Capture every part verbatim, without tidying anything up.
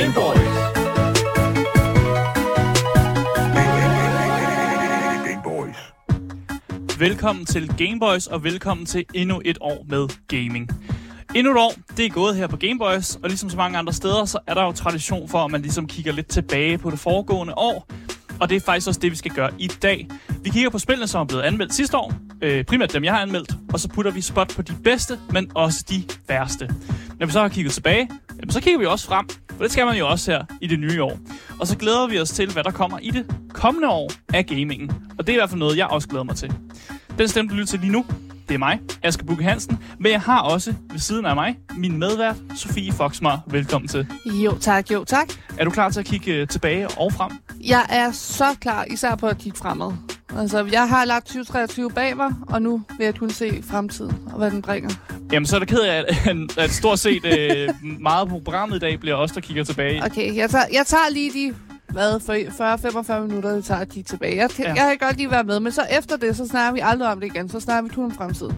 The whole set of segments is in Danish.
Game Boys. Game Boys. Velkommen til Game Boys, og velkommen til endnu et år med gaming. Endnu et år, det er gået her på Game Boys, og ligesom så mange andre steder, så er der jo tradition for, at man ligesom kigger lidt tilbage på det foregående år. Og det er faktisk også det, vi skal gøre i dag. Vi kigger på spillene, som er blevet anmeldt sidste år. Øh, primært dem, jeg har anmeldt. Og så putter vi spot på de bedste, men også de værste. Når vi så har kigget tilbage, jamen, så kigger vi også frem. For det skal man jo også her i det nye år. Og så glæder vi os til, hvad der kommer i det kommende år af gamingen. Og det er i hvert fald noget, jeg også glæder mig til. Den stemme, du lytter til lige nu, det er mig, Asger Bukke Hansen. Men jeg har også ved siden af mig min medvært, Sofie Foxmar. Velkommen til. Jo tak, jo tak. Er du klar til at kigge tilbage og frem? Jeg er så klar, især på at kigge fremad. Altså, jeg har lagt tyve treogtyve bag mig, og nu vil jeg kun se fremtiden og hvad den bringer. Jamen, så er det ked af, at, at stort set øh, meget på programmet i dag bliver os, der kigger tilbage. Okay, jeg tager, jeg tager lige de hvad, fyrre til femogfyrre minutter, det tager at kigge tilbage. Jeg, ja. jeg kan godt lige være med, men så efter det, så snakker vi aldrig om det igen. Så snakker vi kun om fremtiden.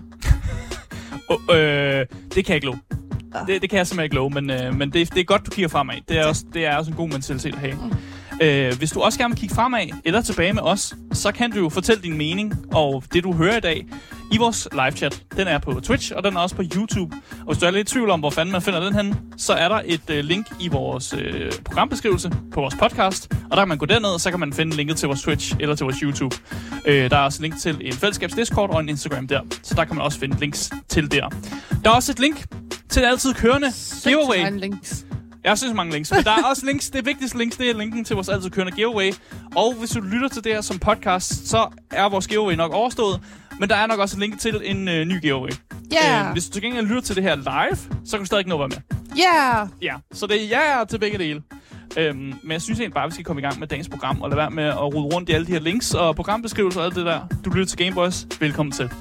oh, øh, det kan jeg ikke love. Ja. Det, det kan jeg simpelthen ikke love, men, øh, men det, det er godt, du kigger fremad. Det er, også, det er også en god mentalitet at have. Mm. Øh, hvis du også gerne vil kigge fremad eller tilbage med os, så kan du jo fortælle din mening og det, du hører i dag i vores live-chat. Den er på Twitch, og den er også på YouTube. Og hvis du er lidt i tvivl om, hvor fanden man finder den henne, så er der et øh, link i vores øh, programbeskrivelse på vores podcast. Og der kan man gå derned, og så kan man finde linket til vores Twitch eller til vores YouTube. Øh, der er også link til en fællesskabs Discord og en Instagram der. Så der kan man også finde links til der. Der er også et link til altid kørende giveaway. Links. Jeg synes mange links, men der er også links. Det vigtigste links, det er linken til vores altid kørende giveaway. Og hvis du lytter til det her som podcast, så er vores giveaway nok overstået. Men der er nok også et link til en øh, ny giveaway. Yeah. Øh, hvis du til gengæld lytter til det her live, så kan du stadig ikke nå at være med. Yeah. Ja, så det er ja yeah til begge dele. Øhm, men jeg synes egentlig bare, at vi skal komme i gang med dagens program, og lade være med at rode rundt i alle de her links og programbeskrivelser og alt det der. Du lytter til Game Boys. Velkommen til.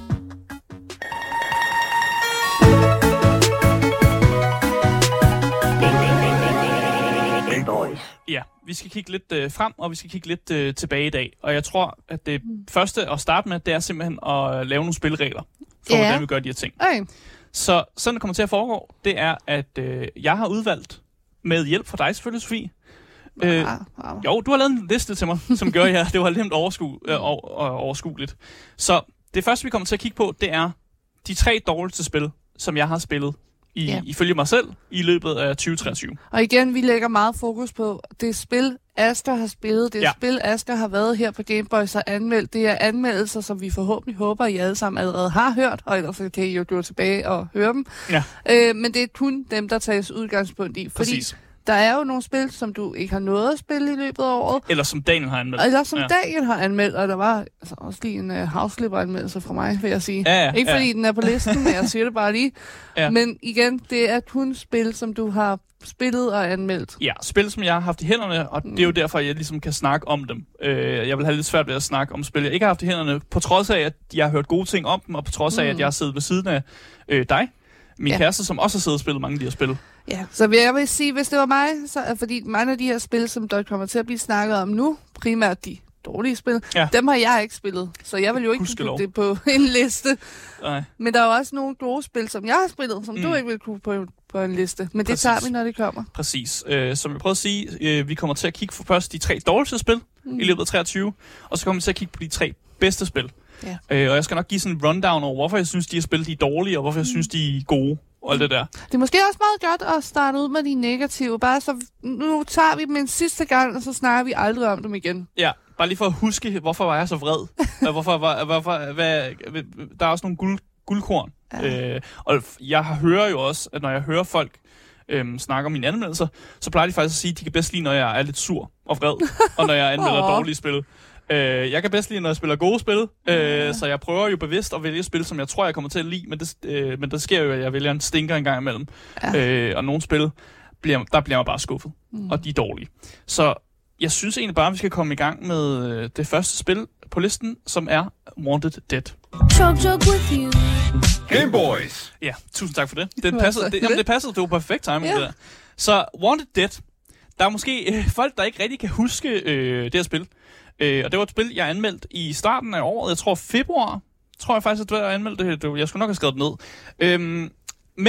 Ja, vi skal kigge lidt øh, frem, og vi skal kigge lidt øh, tilbage i dag. Og jeg tror, at det mm. første at starte med, det er simpelthen at lave nogle spilregler for, yeah. hvordan vi gør de her ting. Okay. Så sådan det kommer til at foregå, det er, at øh, jeg har udvalgt, med hjælp fra dig selvfølgelig, Sofie. Øh, wow, wow. Jo, du har lavet en liste til mig, som gør jeg. Det var lidt oversku, øh, over, overskueligt. Så det første, vi kommer til at kigge på, det er de tre dårligste spil, som jeg har spillet. I, yeah. Ifølge mig selv, i løbet af tyve treogtyve. Og igen, vi lægger meget fokus på det spil, Asger har spillet. Det ja. spil, Asger har været her på Game Boys og anmeldt. Det er anmeldelser, som vi forhåbentlig håber, I alle sammen allerede har hørt. Og ellers kan I jo gå tilbage og høre dem. Ja. Øh, men det er kun dem, der tages udgangspunkt i. Fordi præcis. Der er jo nogle spil, som du ikke har nået at spille i løbet af året. Eller som Daniel har anmeldt. Eller som ja. Daniel har anmeldt. Og der var altså, også lige en uh, havslipper-anmeldelse fra mig, vil jeg sige. Ja, ja, ikke fordi ja. den er på listen, men jeg siger det bare lige. Ja. Men igen, det er kun spil, som du har spillet og anmeldt. Ja, spil, som jeg har haft i hænderne, og mm. det er jo derfor, jeg ligesom kan snakke om dem. Øh, jeg vil have lidt svært ved at snakke om spil, jeg ikke har haft i hænderne, på trods af, at jeg har hørt gode ting om dem, og på trods af, mm. at jeg har siddet ved siden af øh, dig, min ja. kæreste, som også har siddet og spillet mange af de her spil. Ja, så vil jeg vil sige, hvis det var mig, så, fordi mange af de her spil, som der kommer til at blive snakket om nu, primært de dårlige spil, ja. dem har jeg ikke spillet. Så jeg vil jo ikke kunne putte det på en liste. Nej. Men der er jo også nogle gode spil, som jeg har spillet, som mm. du ikke vil kunne på, på en liste. Men præcis. Det tager vi, når det kommer. Præcis. Øh, som jeg prøvede at sige, øh, vi kommer til at kigge for først de tre dårligste spil mm. i løbet af treogtyve, og så kommer vi til at kigge på de tre bedste spil. Ja. Øh, og jeg skal nok give sådan en rundown over, hvorfor jeg synes, de her spil de er dårlige, og hvorfor jeg synes, de er gode. Og alt det der. Det er måske også meget godt at starte ud med de negative. Bare så nu tager vi dem en sidste gang, og så snakker vi aldrig om dem igen. Ja, bare lige for at huske, hvorfor var jeg så vred. hvorfor, var, hvorfor, hvad, der er også nogle guld, guldkorn. Ja. Øh, og jeg hører jo også, at når jeg hører folk øhm, snakke om mine anmeldelser, så plejer de faktisk at sige, at de kan bedst lide, når jeg er lidt sur og vred, og når jeg anmelder oh. dårlige spil. Øh, jeg kan bedst lide, når jeg spiller gode spil, øh, ja. så jeg prøver jo bevidst at vælge spil, som jeg tror, jeg kommer til at lide, men det, øh, men der sker jo, at jeg vælger en stinker en gang imellem. Ja. Øh, og nogle spil, bliver, der bliver man bare skuffet, mm. og de er dårlige. Så jeg synes egentlig bare, at vi skal komme i gang med øh, det første spil på listen, som er Wanted Dead. Chug, chug with you. Game Boys! Ja, tusind tak for det. Det passede, det, jamen, det passede, det var perfekt timing, ja. det der. Så Wanted Dead, der er måske øh, folk, der ikke rigtig kan huske øh, det her spil. Øh, og det var et spil, jeg anmeldte i starten af året. Jeg tror februar, tror jeg faktisk, at det var, jeg anmeldte det. Jeg skulle nok have skrevet det ned. Øhm, men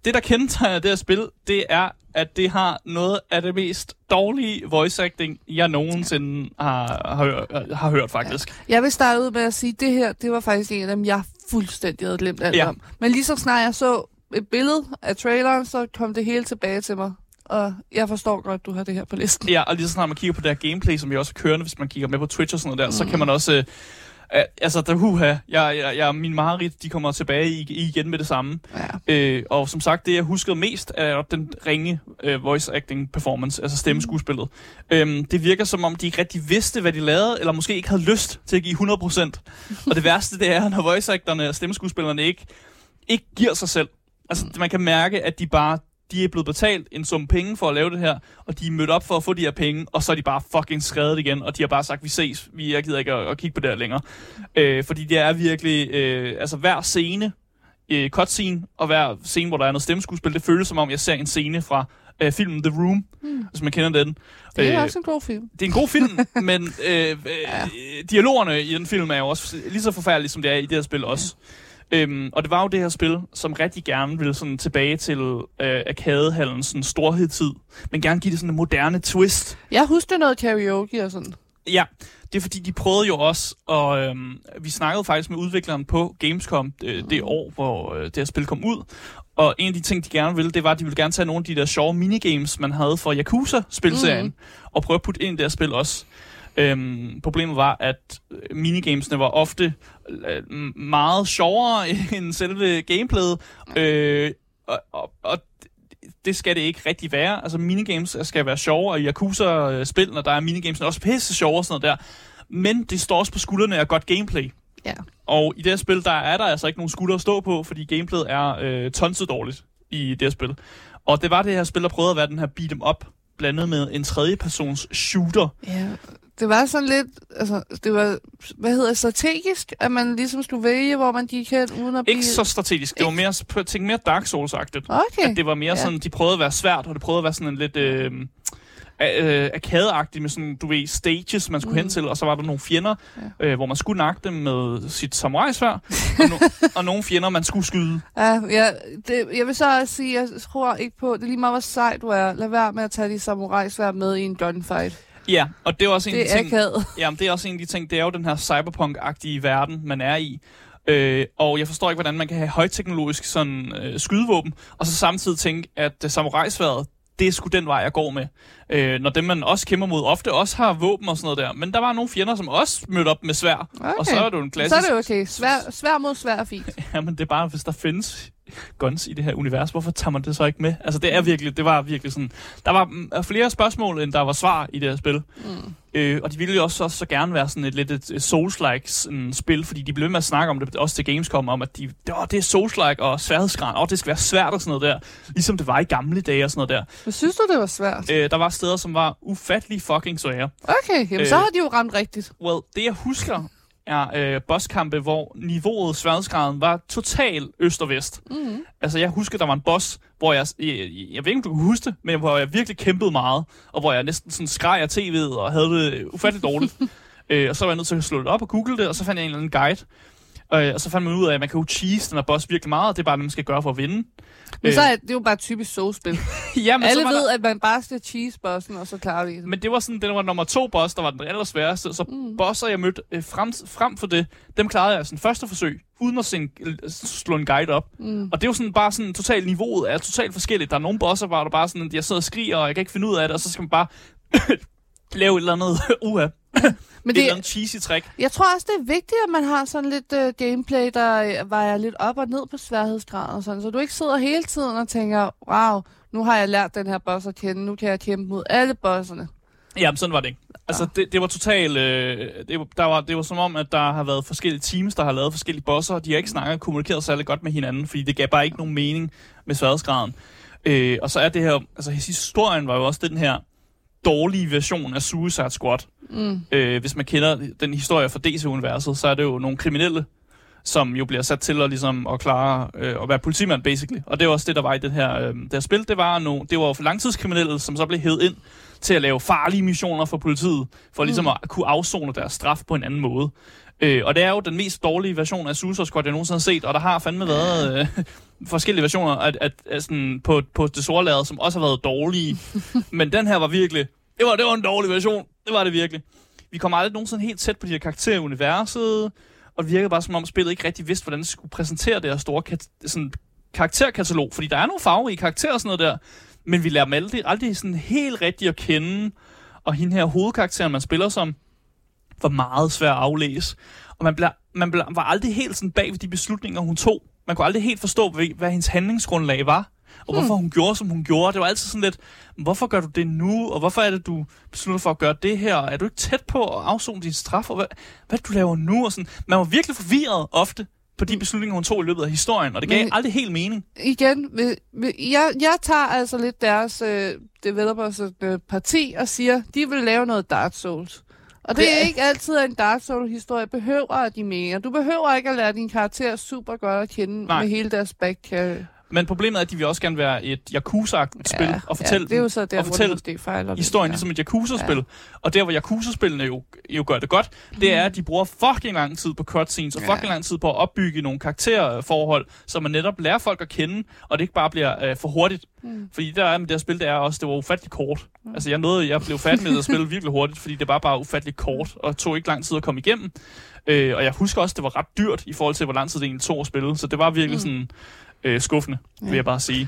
det, der kendetegner det her spil, det er, at det har noget af det mest dårlige voice acting, jeg nogensinde har, har, har hørt, faktisk. Ja. Jeg vil starte ud med at sige, at det her, det var faktisk en af dem, jeg fuldstændig havde glemt alt ja. om. Men lige så snart jeg så et billede af traileren, så kom det hele tilbage til mig. Og jeg forstår godt, du har det her på listen. Ja, og lige så snart man kigger på det her gameplay, som vi også kører, hvis man kigger med på Twitch og sådan noget der, mm. så kan man også... Øh, altså, der huha, jeg, jeg, jeg, min mareridt, de kommer tilbage i, i igen med det samme. Ja. Øh, og som sagt, det jeg huskede mest, er den ringe øh, voice acting performance, altså stemmeskuespillet. Mm. Øhm, det virker som om, de ikke rigtig vidste, hvad de lavede, eller måske ikke havde lyst til at give hundrede procent. Og det værste, det er, når voice acterne og stemmeskuespillerne ikke, ikke giver sig selv. Altså, man kan mærke, at de bare... De er blevet betalt en sum penge for at lave det her, og de er mødt op for at få de her penge, og så er de bare fucking skrevet igen, og de har bare sagt, vi ses, vi jeg gider ikke at, at kigge på det her længere. Øh, fordi det er virkelig, øh, altså hver scene, øh, cutscene, og hver scene, hvor der er noget stemmeskuespil, det føles som om, jeg ser en scene fra øh, filmen The Room, mm. hvis man kender den. Det er øh, også en god film. Det er en god film, men øh, øh, ja. dialogerne i den film er jo også lige så forfærdelige, som det er i det her spil også. Ja. Øhm, og det var jo det her spil, som rigtig gerne ville sådan tilbage til øh, arkadehallens sådan storhedstid, men gerne give det sådan en moderne twist. Jeg husker noget karaoke og sådan. Ja, det er fordi, de prøvede jo også, og øhm, vi snakkede faktisk med udvikleren på Gamescom øh, det år, hvor øh, det her spil kom ud. Og en af de ting, de gerne ville, det var, at de ville gerne tage nogle af de der sjove minigames, man havde for Yakuza-spilserien, mm. og prøve at putte ind i det her spil også. Øhm, problemet var, at minigamesene var ofte øh, meget sjovere end selve gameplayet, øh, og, og, og det skal det ikke rigtig være. Altså minigames skal være sjove, og i Yakuza-spil, når der er minigamesene også pisse sjove og sådan noget der, men det står også på skuldrene af godt gameplay. Ja. Og i det her spil, der er der altså ikke nogen skulder at stå på, fordi gameplayet er øh, tonset dårligt i det her spil. Og det var det her spil, der prøvede at være den her beat 'em up, blandet med en tredjepersons shooter. Ja, det var sådan lidt, altså, det var, hvad hedder strategisk, at man ligesom skulle vælge, hvor man gik hen, uden at blive... Ikke så strategisk, det var mere, tænk mere Dark Souls-agtigt. Okay. At det var mere ja. sådan, de prøvede at være svært, og det prøvede at være sådan en lidt... Øh, øh, arcade-agtigt med sådan, du ved, stages, man skulle mm. hen til, og så var der nogle fjender, ja. øh, hvor man skulle nakke dem med sit samurai-sværd, og, no- og nogle fjender, man skulle skyde. Ja, ja det, jeg vil så også sige, jeg tror ikke på, det er lige meget, hvor sejt du er. Lad være med at tage de samurai-sværd med i en gunfight. Ja, og det er også en det af de ting, akavet. Jamen, det er også en af de ting, det er jo den her cyberpunk-agtige verden, man er i. Øh, og jeg forstår ikke, hvordan man kan have højteknologisk sådan øh, skydevåben, og så samtidig tænke, at uh, samurai-sværdet, det er sgu den vej, jeg går med. Øh, når dem, man også kæmper mod, ofte også har våben og sådan noget der. Men der var nogle fjender, som også mødte op med svær. Okay. Og så er det jo en klassisk... Så er det okay. Svær, svær mod svær er fint. Jamen, det er bare, hvis der findes guns i det her univers, hvorfor tager man det så ikke med? Altså, det er virkelig, det var virkelig sådan... Der var flere spørgsmål, end der var svar i det her spil. Mm. Øh, og de ville jo også, også så gerne være sådan et lidt et, et Souls-like sådan, spil, fordi de blev ved med at snakke om det, også til Gamescom, om at de, åh, det er Souls-like og sværhedsgrad, og det skal være svært og sådan noget der, ligesom det var i gamle dage og sådan noget der. Hvad synes du, det var svært? Øh, der var steder, som var ufattelig fucking svære. Okay, jamen øh, så har de jo ramt rigtigt. Well, det jeg husker er øh, bosskampe, hvor niveauet, sværhedsgraden var total øst og vest. Mm-hmm. Altså, jeg husker, der var en boss, hvor jeg, jeg, jeg, jeg ved ikke, om du kan huske det, men hvor jeg virkelig kæmpede meget, og hvor jeg næsten sådan skreg af tv'et og havde det ufatteligt dårligt. øh, og så var jeg nødt til at slå det op og google det, og så fandt jeg en eller anden guide. Øh, og så fandt man ud af, at man kan jo cheese den her boss virkelig meget, og det er bare det, man skal gøre for at vinde. Men så er det jo bare typisk Souls-spil. Ja, alle ved, der... at man bare skal cheese-bossen, og så klarer vi det. Men det var sådan, det var nummer to boss, der var den allersværeste. Så mm. bosser, jeg mødte øh, frem, frem for det, dem klarede jeg sådan første forsøg, uden at sen, slå en guide op. Mm. Og det er jo sådan bare sådan, totalt niveauet er totalt forskelligt. Der er nogle bosser, hvor der bare sådan, jeg sidder og skriger, og jeg kan ikke finde ud af det, og så skal man bare lave et eller andet uha. Men det, det er en cheesy trick. Jeg tror også, det er vigtigt, at man har sådan lidt uh, gameplay, der uh, vejer lidt op og ned på sværhedsgraden og sådan, så du ikke sidder hele tiden og tænker, wow, nu har jeg lært den her boss at kende, nu kan jeg kæmpe mod alle bosserne. Jamen, sådan var det ikke. Altså, ja. det, det var totalt... Øh, det, var, der var, det var som om, at der har været forskellige teams, der har lavet forskellige bosser, og de har ikke snakket og kommunikeret særlig godt med hinanden, fordi det gav bare ikke nogen mening med sværhedsgraden. Øh, og så er det her... Altså, historien var jo også den her dårlige version af Suicide Squad. Mm. Øh, hvis man kender den historie fra D C-universet, så er det jo nogle kriminelle, som jo bliver sat til at, ligesom, at klare øh, at være politimand, basically. Og det var også det, der var i det her, øh, det her spil. Det var, no, det var for langtidskriminelle, som så blev hævet ind til at lave farlige missioner for politiet, for mm. ligesom at kunne afzone deres straf på en anden måde. Øh, og det er jo den mest dårlige version af Suicide Squad, jeg nogensinde har set, og der har fandme været øh, forskellige versioner af, af, af sådan, på, på det store lærred, som også har været dårlige. Men den her var virkelig, det var, det var en dårlig version, det var det virkelig. Vi kom aldrig nogensinde helt tæt på de her karakterer i universet, og det virkede bare som om spillet ikke rigtig vidste, hvordan det skulle præsentere det her store kat- sådan, karakterkatalog, fordi der er nogle farverige karakterer og sådan noget der, men vi lærer dem aldrig, aldrig sådan helt rigtigt at kende, og hende her hovedkarakteren, man spiller som, var meget svær at aflæse. Og man, blev, man blev, var aldrig helt sådan bag ved de beslutninger, hun tog. Man kunne aldrig helt forstå, hvad, hvad hendes handlingsgrundlag var, og hmm. hvorfor hun gjorde, som hun gjorde. Det var altid sådan lidt, hvorfor gør du det nu, og hvorfor er det, du beslutter for at gøre det her? Er du ikke tæt på at afzone din straf, og hvad, hvad du laver nu? Og sådan. Man var virkelig forvirret ofte på de beslutninger, hun tog i løbet af historien, og det gav Men, aldrig helt mening. Igen, jeg, jeg tager altså lidt deres øh, developers øh, parti og siger, de vil lave noget Dark Souls. Og det er ikke altid, at en Dark Souls-historie behøver, at de mener. Du behøver ikke at lære din karakter super godt at kende Nej. med hele deres backcarry. Men problemet er, at de vil også gerne være et Yakuza-spil ja, og fortælle, ja, det er jo så der, og fortælle det fejler historien det, ja. ligesom et Yakuza-spil. Ja. Og der, hvor Yakuza-spillene jo, jo gør det godt, det er, at de bruger fucking lang tid på cutscenes, og fucking ja. lang tid på at opbygge nogle karakterforhold, så man netop lærer folk at kende, og det ikke bare bliver øh, for hurtigt. Mm. Fordi der er med det her spil, det er også, det var ufattelig kort. Mm. Altså jeg nåede, jeg blev færdig med at spille virkelig hurtigt, fordi det var bare ufattelig kort, og tog ikke lang tid at komme igennem. Øh, og jeg husker også, det var ret dyrt i forhold til, hvor lang tid det egentlig tog at spille, så det var virkelig mm. sådan... Øh, skuffende, vil ja. jeg bare sige.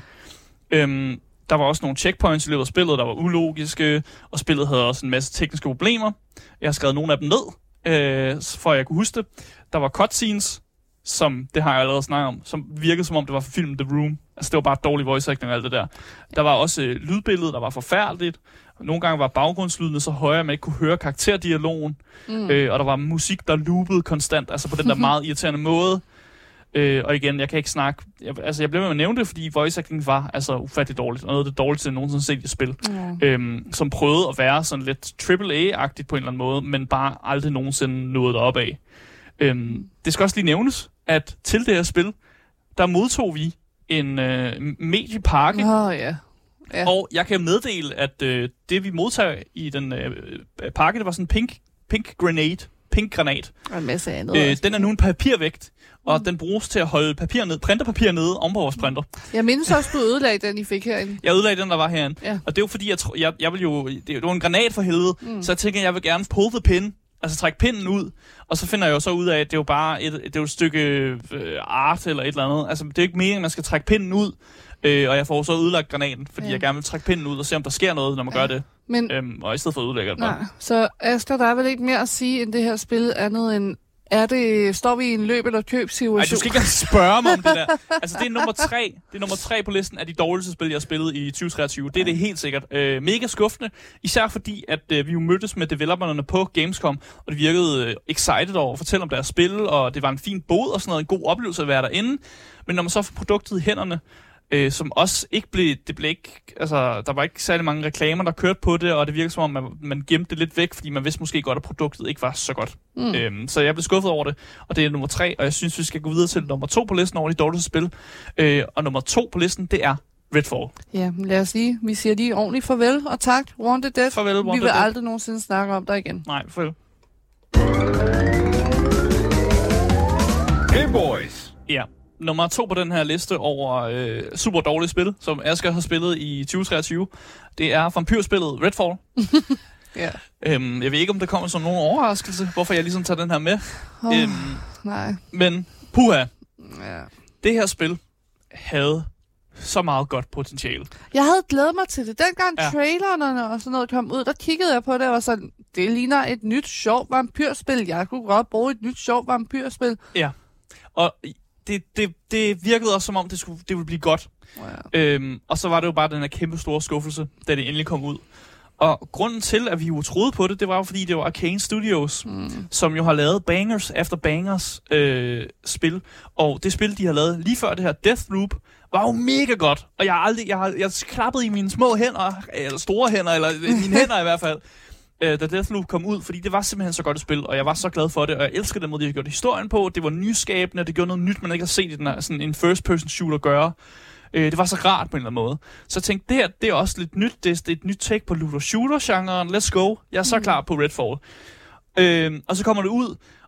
Øhm, der var også nogle checkpoints i løbet af spillet, der var ulogiske, og spillet havde også en masse tekniske problemer. Jeg har skrevet nogle af dem ned, øh, for at jeg kunne huske det. Der var cutscenes, som, det har jeg allerede snakket om, som virkede som om det var fra filmen The Room. Altså det var bare dårlig voice acting og alt det der. Der var også øh, lydbilledet, der var forfærdeligt. Nogle gange var baggrundslydene så høje, at man ikke kunne høre karakterdialogen. Mm. Øh, og der var musik, der loopede konstant, altså på den der meget irriterende måde. Øh, og igen, jeg kan ikke snakke... Jeg, altså, jeg blev med at nævne det, fordi voice acting var altså ufattelig dårligt. Og noget af det dårligste, jeg nogensinde set i spil. Mm. Øhm, som prøvede at være sådan lidt triple A-agtigt på en eller anden måde, men bare aldrig nogensinde nåede det op af. Øhm, det skal også lige nævnes, at til det her spil, der modtog vi en øh, mediepakke. Oh, yeah. Yeah. Og jeg kan meddele, at øh, det vi modtager i den øh, pakke, det var sådan en pink, pink grenade. Pink granat. Og en masse andet. Øh, den er nu en papirvægt, og mm. den bruges til at holde papir ned, printerpapir nede om på vores printer. Jeg mindes også, du ødelagde den, I fik herinde. Jeg ødelagde den, der var herinde. Ja. Og det er jo fordi, jeg, jeg, jeg vil jo... Det var en granat for helvede, mm. så jeg tænker, jeg vil gerne pull the pin, altså trække pinden ud, og så finder jeg jo så ud af, at det er jo bare et, det er jo et stykke øh, art eller et eller andet. Altså, det er ikke meningen, at man skal trække pinden ud, øh, og jeg får så ødelagt granaten, fordi ja. jeg gerne vil trække pinden ud og se, om der sker noget, når man ja. gør det. Men, øhm, og i stedet for at ødelægge det. Nej, så Asger, der er vel ikke mere at sige end det her spil, andet end, er det, står vi i en løb- eller købsituation? Nej, du skal ikke spørge mig om det der. Altså, det er nummer tre. Det er nummer tre på listen af de dårligste spil, jeg har spillet i tyve treogtyve. Det er det helt sikkert. Øh, mega skuffende. Især fordi, at øh, vi jo mødtes med developerne på Gamescom, og det virkede øh, excited over at fortælle om deres spil, og det var en fin bod og sådan noget, en god oplevelse at være derinde. Men når man så får produktet i hænderne, Øh, som også ikke blev, det blev ikke, altså, der var ikke særlig mange reklamer, der kørte på det, og det virkede som om, man, man gemte det lidt væk, fordi man vidste måske godt, at produktet ikke var så godt. Mm. Øhm, så jeg blev skuffet over det, og det er nummer tre, og jeg synes, vi skal gå videre til nummer to på listen over de dårligste spil. Øh, og nummer to på listen, det er Redfall. Ja, lad os lige, vi siger lige ordentligt farvel, og tak, Wanted Dead. Farvel, Wanted Vi vil Dead. aldrig nogensinde snakke om dig igen. Nej, farvel. Game Boys. Ja. Nummer to på den her liste over øh, super dårlige spil, som Asger har spillet i tyve treogtyve, det er vampyrspillet Redfall. ja. øhm, jeg ved ikke, om der kommer som nogen overraskelse, hvorfor jeg ligesom tager den her med. Oh, øhm, nej. Men puha, ja. det her spil havde så meget godt potentiale. Jeg havde glædet mig til det. Dengang ja. trailerne og sådan noget kom ud, der kiggede jeg på det og var sådan, det ligner et nyt sjovt vampyrspil. Jeg kunne godt bruge et nyt sjovt vampyrspil. Ja, og... Det, det, det virkede også som om, det, skulle, det ville blive godt. Wow. Øhm, og så var det jo bare den her kæmpe store skuffelse, da det endelig kom ud. Og grunden til, at vi jo troede på det, det var jo fordi, det var Arcane Studios, mm. som jo har lavet bangers efter bangers øh, spil. Og det spil, de har lavet lige før det her, Deathloop, var jo mega godt. Og jeg har aldrig, jeg har jeg klappet i mine små hænder, eller store hænder, eller mine hænder i hvert fald, da Deathloop kom ud, fordi det var simpelthen så godt et spil, og jeg var så glad for det, og jeg elskede den måde, de havde gjort historien på. Det var nyskabende, det gjorde noget nyt, man ikke har set i den her, sådan en first-person shooter gøre. Det var så rart på en eller anden måde. Så jeg tænkte, det her, det er også lidt nyt. Det er et nyt take på looter-shooter-genren. Let's go. Jeg er så klar på Redfall. Øh, og så kommer det ud,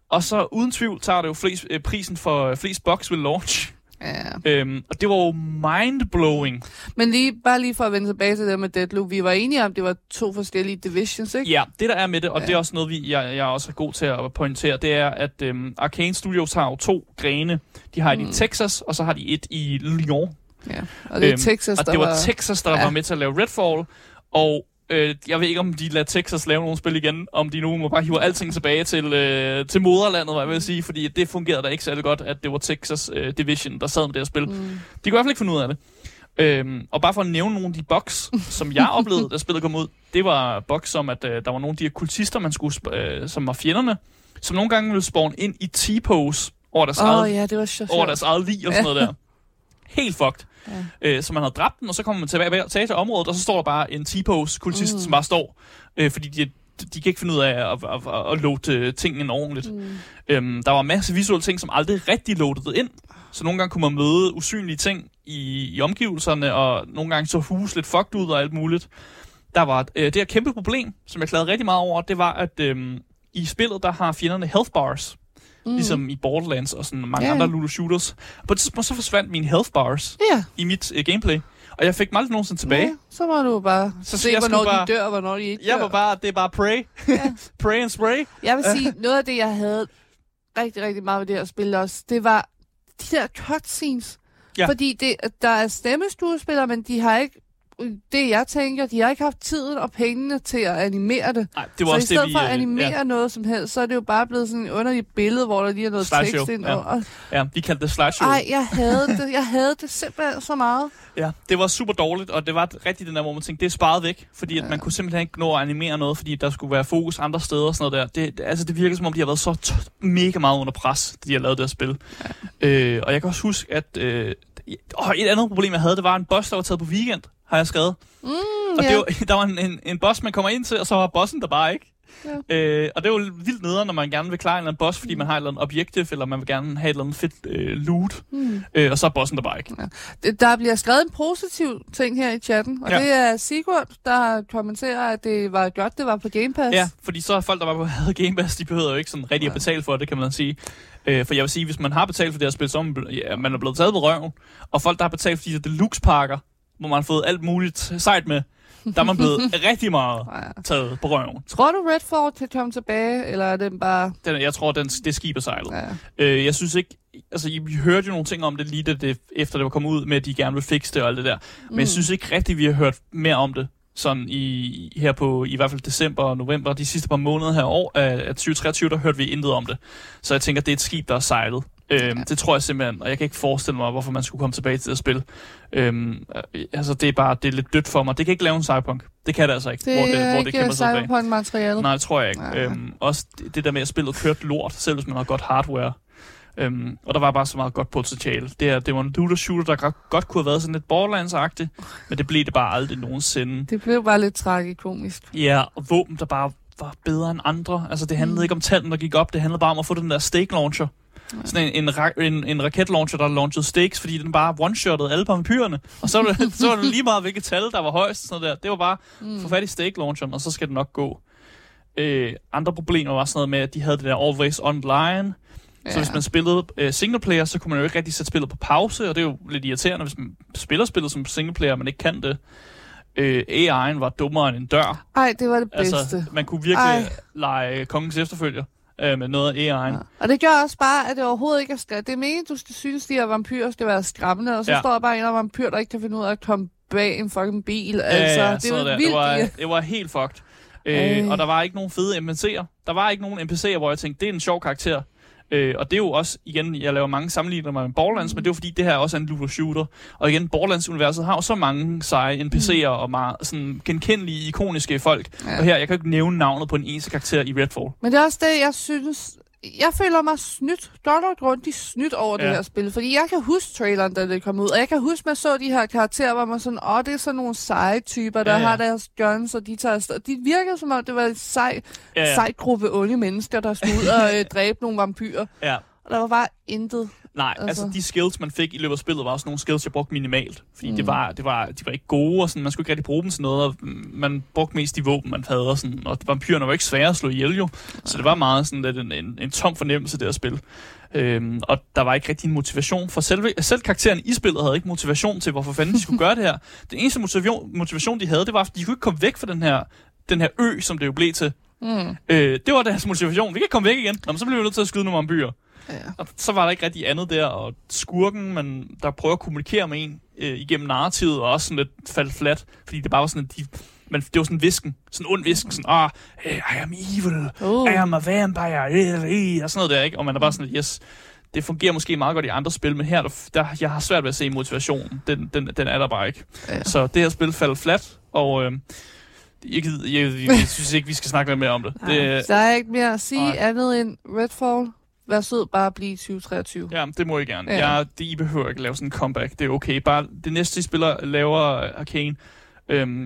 Og så uden tvivl tager det jo flest, øh, prisen for flest box ved launch. Ja. Øhm, og det var jo mind-blowing. Men lige, bare lige for at vende tilbage til det med Deathloop, vi var enige om, det var to forskellige divisions, ikke? Ja, det der er med det, og ja. det er også noget, vi, jeg, jeg er også god til at pointere, det er, at øhm, Arcane Studios har jo to grene. De har et mm. i Texas, og så har de et i Lyon. Ja, og det er øhm, Texas, og der det var var... Texas, der ja. var med til at lave Redfall, og øh, jeg ved ikke, om de lader Texas lave nogle spil igen, om de nu må bare hive alting tilbage til, øh, til moderlandet, hvad jeg vil sige, fordi det fungerede da ikke særlig godt, at det var Texas øh, Division, der sad med det her spil. Mm. De kunne i hvert fald ikke finde ud af det. Øhm, og bare for at nævne nogle af de bugs, som jeg oplevede, da spillet kom ud, det var bugs som, at øh, der var nogle af de her kultister, man skulle sp- øh, som var fjenderne, som nogle gange ville spawn ind i T-pose over deres, oh, eget, ja, det var så over deres eget lig og sådan noget der. Helt fucked. Ja. Øh, så man havde dræbt den, og så kommer man tilbage til området, og så står der bare en T-pose-kultist, mm. som bare står, øh, fordi de, de kan ikke finde ud af at, at, at, at loade tingene ordentligt. Mm. Øhm, der var masser af visuelle ting, som aldrig rigtig loadede ind, så nogle gange kunne man møde usynlige ting i, i omgivelserne, og nogle gange så hus lidt fucked ud og alt muligt. Der var øh, det her kæmpe problem, som jeg klagede rigtig meget over, det var, at øh, i spillet, der har fjenderne health bars. Mm. Ligesom i Borderlands og sådan mange yeah. andre looter shooters. På et tidspunkt så forsvandt mine health bars yeah. i mit uh, gameplay. Og jeg fik dem aldrig nogensinde tilbage. Ja, så må du bare så se, hvornår bare, de dør, og hvornår de ikke dør. Jeg var bare, det er bare pray. Yeah. Pray and spray. Jeg vil sige, noget af det, jeg havde rigtig, rigtig meget ved det her spil også, det var de der cutscenes. Ja. Fordi det, der er stemmeskuespillere, men de har ikke det jeg tænker, de har ikke haft tiden og pengene til at animere det. Nej, det var så også i stedet det, vi, for at animere ja. noget som helst, så er det jo bare blevet sådan et underligt billede, hvor der lige er noget slideshow, tekst ind. Ja. Og, ja, vi kaldte det slideshow. Ej, jeg havde det. Jeg havde det simpelthen så meget. Ja, det var super dårligt, og det var rigtig den der, hvor man tænkte, det er sparet væk, fordi at ja. man kunne simpelthen ikke nå at animere noget, fordi der skulle være fokus andre steder og sådan noget der. Det, altså, det virker som om, de har været så t- mega meget under pres, da de har lavet det her spil. Ja. Øh, og jeg kan også huske, at øh, åh, et andet problem, jeg havde, det var en boss, der var taget på weekend, har jeg skrevet. Mm, og yeah. det var, der var en, en, en boss, man kommer ind til, og så var bossen der bare ikke. Yeah. Øh, og det var vildt nederen, når man gerne vil klare en eller anden boss, fordi mm. man har et eller andet objektiv, eller man vil gerne have et eller andet fedt øh, loot. Mm. Øh, og så er bossen der bare ikke. Ja. Der bliver skrevet en positiv ting her i chatten, og ja. det er Sigurd, der kommenterer, at det var godt, det var på Game Pass. Ja, fordi så er folk, der var på havde Game Pass, de behøver jo ikke sådan rigtig ja. at betale for det, kan man sige. Øh, for jeg vil sige, hvis man har betalt for det her spil, så er man, ja, man er blevet taget på røven. Og folk, der har betalt for de deluxe-pakker, hvor man har fået alt muligt sejt med, der er man blevet rigtig meget taget på røven. Tror du, Redfall kan komme tilbage, eller er det bare... Den, jeg tror, den, det skib er sejlet. Ja. Øh, jeg synes ikke... Altså, vi hørte jo nogle ting om det lige da det, efter det var kommet ud med, at de gerne vil fikse det og alt det der. Men mm. jeg synes ikke rigtigt, vi har hørt mere om det. Sådan i, her på i hvert fald december og november, de sidste par måneder her år af tyve treogtyve, der hørte vi intet om det. Så jeg tænker, det er et skib, der er sejlet. Øhm, ja. Det tror jeg simpelthen, og jeg kan ikke forestille mig, hvorfor man skulle komme tilbage til det spil. Øhm, altså, det er bare det er lidt dødt for mig. Det kan ikke lave en Cyberpunk. Det kan det altså ikke. Det hvor det, er hvor det ikke Cyberpunk-materiale. Nej, det tror jeg ikke. Ja. Øhm, også det, det der med, at spillet kørte lort, selv hvis man har godt hardware. Øhm, og der var bare så meget godt potentiale. Det, er, det var en looter-shooter, der godt kunne have været sådan lidt Borderlands-agtigt, men det blev det bare aldrig nogensinde. Det blev bare lidt tragikomisk. Ja, og våben, der bare var bedre end andre. Altså, det handlede mm. ikke om tanden, der gik op. Det handlede bare om at få den der stake launcher. Ja. Sådan en, en, ra- en, en raketlauncher, der launchede stakes, fordi den bare one-shottede alle vampyrerne. Og så var det, så var det lige meget, hvilket tal, der var højst. Sådan der. Det var bare mm. få fat i stake launcheren, og så skal det nok gå. Øh, andre problemer var sådan noget med, at de havde det der always online. Ja. Så hvis man spillede øh, singleplayer, så kunne man jo ikke rigtig sætte spillet på pause, og det er jo lidt irriterende, hvis man spiller spillet som singleplayer, og man ikke kan det. Øh, A I'en var dummere end en dør. Ej, det var det bedste. Altså, man kunne virkelig Ej. lege kongens efterfølger øh, med noget af A I'en. Ja. Og det gør også bare, at det overhovedet ikke er skræmmende. Det er meningen, du skal synes, de her vampyrer skal være skræmmende, og så ja. står der bare en af vampyr, der ikke kan finde ud af at komme bag en fucking bil. Altså, ja, ja, det var der. vildt. Det var, det var helt fucked. Øh, og der var ikke nogen fede N P C'er. Der var ikke nogen N P C'er, hvor jeg tænkte, det er en sjov karakter. Øh, og det er jo også, igen, jeg laver mange sammenligninger med Borderlands, mm. men det er jo fordi, det her også er en looter-shooter. Og igen, Borderlands-universet har jo så mange seje N P C'er mm. og meget sådan genkendelige, ikoniske folk. Ja. Og her, jeg kan ikke nævne navnet på en eneste karakter i Redfall. Men det er også det, jeg synes... Jeg føler mig snydt, godt og grundigt snydt over ja. det her spil, fordi jeg kan huske traileren, da det kom ud, og jeg kan huske, man så de her karakterer, hvor man sådan, åh, det er sådan nogle seje typer, der ja, ja. har deres guns, og de tager afsted. De virker som om, det var en sej, ja, ja. sej gruppe unge mennesker, der skulle ud og øh, dræbe nogle vampyrer. Ja. Og der var bare intet Nej, altså. altså de skills, man fik i løbet af spillet, var også nogle skills, jeg brugte minimalt. Fordi mm. det var, det var, de var ikke gode, og sådan, man skulle ikke rigtig bruge dem til noget, og man brugte mest de våben, man havde. Og, sådan, og vampyrerne var ikke svære at slå ihjel jo. Så det var meget sådan lidt en, en, en tom fornemmelse, det at spille. Øhm, og der var ikke rigtig en motivation for selve, selv karakteren i spillet havde ikke motivation til, hvorfor fanden de skulle gøre det her. Den eneste motivation, motivation de havde, det var, at de kunne ikke komme væk fra den her, den her ø, som det jo blev til. Mm. Øh, det var deres motivation. Vi kan ikke komme væk igen. Nå, så bliver vi nødt til at skyde nogle vampyrer. Ja. Og så var der ikke rigtig andet der, og skurken, man, der prøver at kommunikere med en øh, igennem narrativet, og også sådan lidt faldt flat, fordi det bare var sådan, at de, man, det var sådan en visken, sådan en ond visken, sådan, ah, oh, I am evil, uh. I am a vampire, og sådan noget der, ikke? Og man er bare sådan, yes, det fungerer måske meget godt i andre spil, men her, der, der jeg har svært ved at se motivationen, den, den, den er der bare ikke. Ja. Så det her spil faldt flat, og øh, jeg, jeg, jeg, jeg synes ikke, vi skal snakke mere om det. Nej, det der er ikke mere at sige nej. Andet end Redfall. Vær sød, bare blive tyve treogtyve. Ja, det må I gerne. Ja. Jeg, det, I behøver ikke lave sådan en comeback. Det er okay. Bare det næste, I spiller, laver Arcane. Øhm,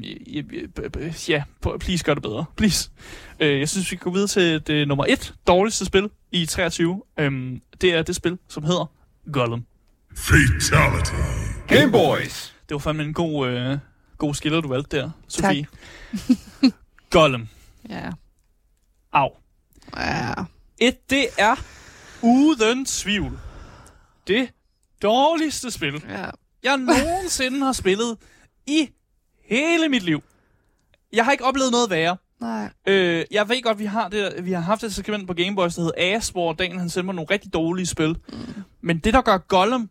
ja, please gør det bedre. Please. Øh, jeg synes, vi kan gå videre til det nummer et dårligste spil i treogtyve. Øhm, det er det spil, som hedder Gollum. Fatality. Game Boys. Det var fandme en god, øh, god skiller, du valgte der, Sofie. Gollum. Ja. Au. Ja. Et, det er uden tvivl det dårligste spil, ja. jeg nogensinde har spillet i hele mit liv. Jeg har ikke oplevet noget værre. Nej. Øh, jeg ved godt, vi har det, vi har haft et segment på Game Boys, der hedder As, hvor Dan han sendte mig nogle rigtig dårlige spil. Mm. Men det, der gør Gollum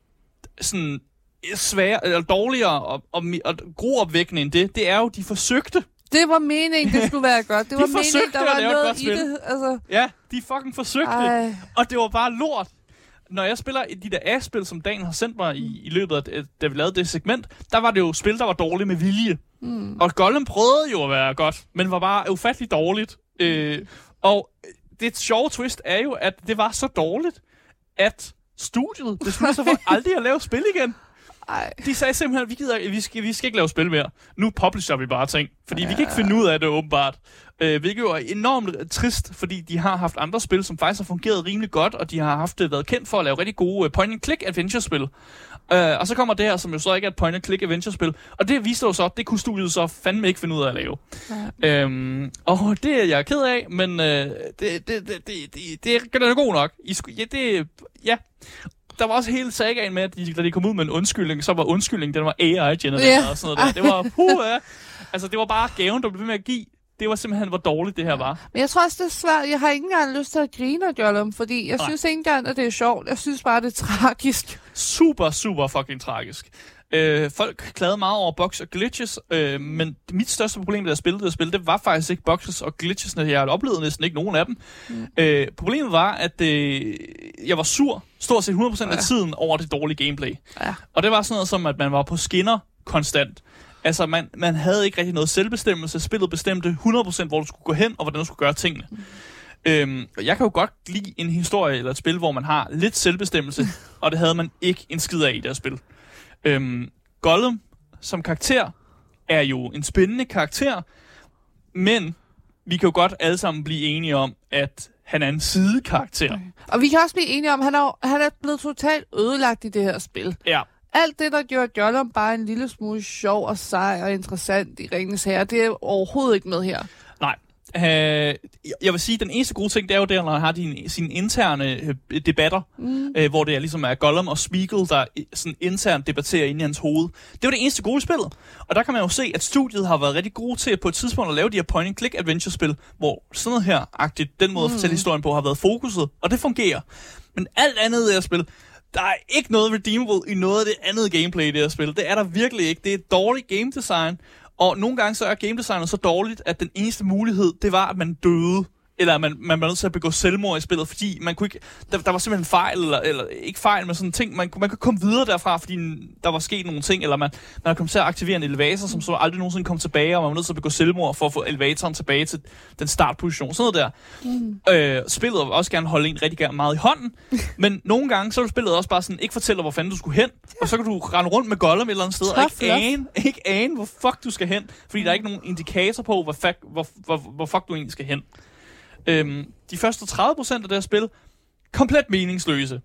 sådan svære, eller dårligere og, og, og groopvækkende end det, det er jo, de forsøgte. Det var meningen, det skulle være godt. Det de var meningen, der var noget i det. Altså. Ja, de fucking forsøgte. Ej. Og det var bare lort. Når jeg spiller de der A-spil, som Dan har sendt mig i, i løbet af, da vi lavede det segment, der var det jo spil, der var dårligt med vilje. Mm. Og Gollum prøvede jo at være godt, men var bare ufatteligt dårligt. Øh, og det sjove twist er jo, at det var så dårligt, at studiet besluttede sig for aldrig at lave spil igen. Ej. De sagde simpelthen, vi gider, vi skal, vi skal ikke lave spil mere. Nu publisher vi bare ting, fordi ja. vi kan ikke finde ud af det åbenbart. Øh, hvilket jo er enormt trist, fordi de har haft andre spil, som faktisk har fungeret rimelig godt, og de har haft været kendt for at lave rigtig gode point-and-click adventure-spil. Øh, og så kommer det her, som jo så ikke er et point-and-click adventure-spil, og det viste jo så, det kunne studiet så fandme ikke finde ud af at lave. Ja. Øhm, og det er jeg ked af, men øh, det, det, det, det, det, det er god nok. I sku, ja, det, ja. Der var også hele sagaen med, at de, da de kom ud med en undskyldning, så var undskyldningen, den var A I-genereret yeah. og sådan noget der. Det var, puh, ja. Altså, det var bare gaven, der blev ved med at give. Det var simpelthen, hvor dårligt det her var. Men jeg tror også, det er svært. Jeg har ikke engang lyst til at grine af Gollum, fordi jeg Nej. synes ikke engang, at det er sjovt. Jeg synes bare, det er tragisk. Super, super fucking tragisk. Øh, folk klagede meget over bugs og glitches, øh, men mit største problem, da jeg spillede det spil, det var faktisk ikke bugs og glitches. Jeg har oplevet næsten ikke nogen af dem. Mm. Øh, problemet var, at øh, jeg var sur stort set hundrede procent ja. af tiden over det dårlige gameplay. Ja. Og det var sådan noget som, at man var på skinner konstant. Altså, man, man havde ikke rigtig noget selvbestemmelse. Spillet bestemte hundrede procent, hvor du skulle gå hen, og hvordan du skulle gøre tingene. Mm. Øhm, jeg kan jo godt lide en historie eller et spil, hvor man har lidt selvbestemmelse, og det havde man ikke en skid af i det spil. Øhm, Gollum som karakter er jo en spændende karakter, men vi kan jo godt alle sammen blive enige om, at han er en sidekarakter. Okay. Og vi kan også blive enige om, at han er, han er blevet totalt ødelagt i det her spil. Ja. Alt det, der gjorde Gollum bare en lille smule sjov og sej og interessant i Ringenes Herre, det er overhovedet ikke med her. Nej. Uh, jeg vil sige, at den eneste gode ting, det er jo der, når han har dine, sine interne uh, debatter, mm. uh, hvor det er ligesom er Gollum og Smeagol, der sådan internt debatterer inde i hans hoved. Det var det eneste gode i spillet. Og der kan man jo se, at studiet har været rigtig gode til på et tidspunkt at lave de her point-and-click adventure-spil, hvor sådan noget her-agtigt, den måde at fortælle mm. historien på, har været fokuset, og det fungerer. Men alt andet i det her spil, der er ikke noget redeemable i noget af det andet gameplay i det her spil. Det er der virkelig ikke. Det er et dårligt game design. Og nogle gange så er game designet så dårligt, at den eneste mulighed, det var, at man døde. Eller at man, man var nødt til at begå selvmord i spillet, fordi man kunne ikke, der, der var simpelthen fejl, eller, eller ikke fejl, men sådan ting. Man, man kunne komme videre derfra, fordi der var sket nogle ting, eller man, man kom til at aktivere en elevator, som så aldrig nogensinde kom tilbage, og man var nødt til at begå selvmord for at få elevatoren tilbage til den startposition. Sådan noget der. Mm. Øh, spillet vil også gerne holde en rigtig gerne meget i hånden, men nogle gange så vil spillet også bare sådan, ikke fortælle, hvor fanden du skulle hen, ja. Og så kan du rende rundt med Gollum et eller andet sted, og ikke ane, ikke ane, hvor fuck du skal hen, fordi mm. der er ikke nogen indikator på, hvor, fuck, hvor, hvor, hvor fuck du egentlig skal hen. Øhm, de første tredive procent af det her spil, komplet meningsløse.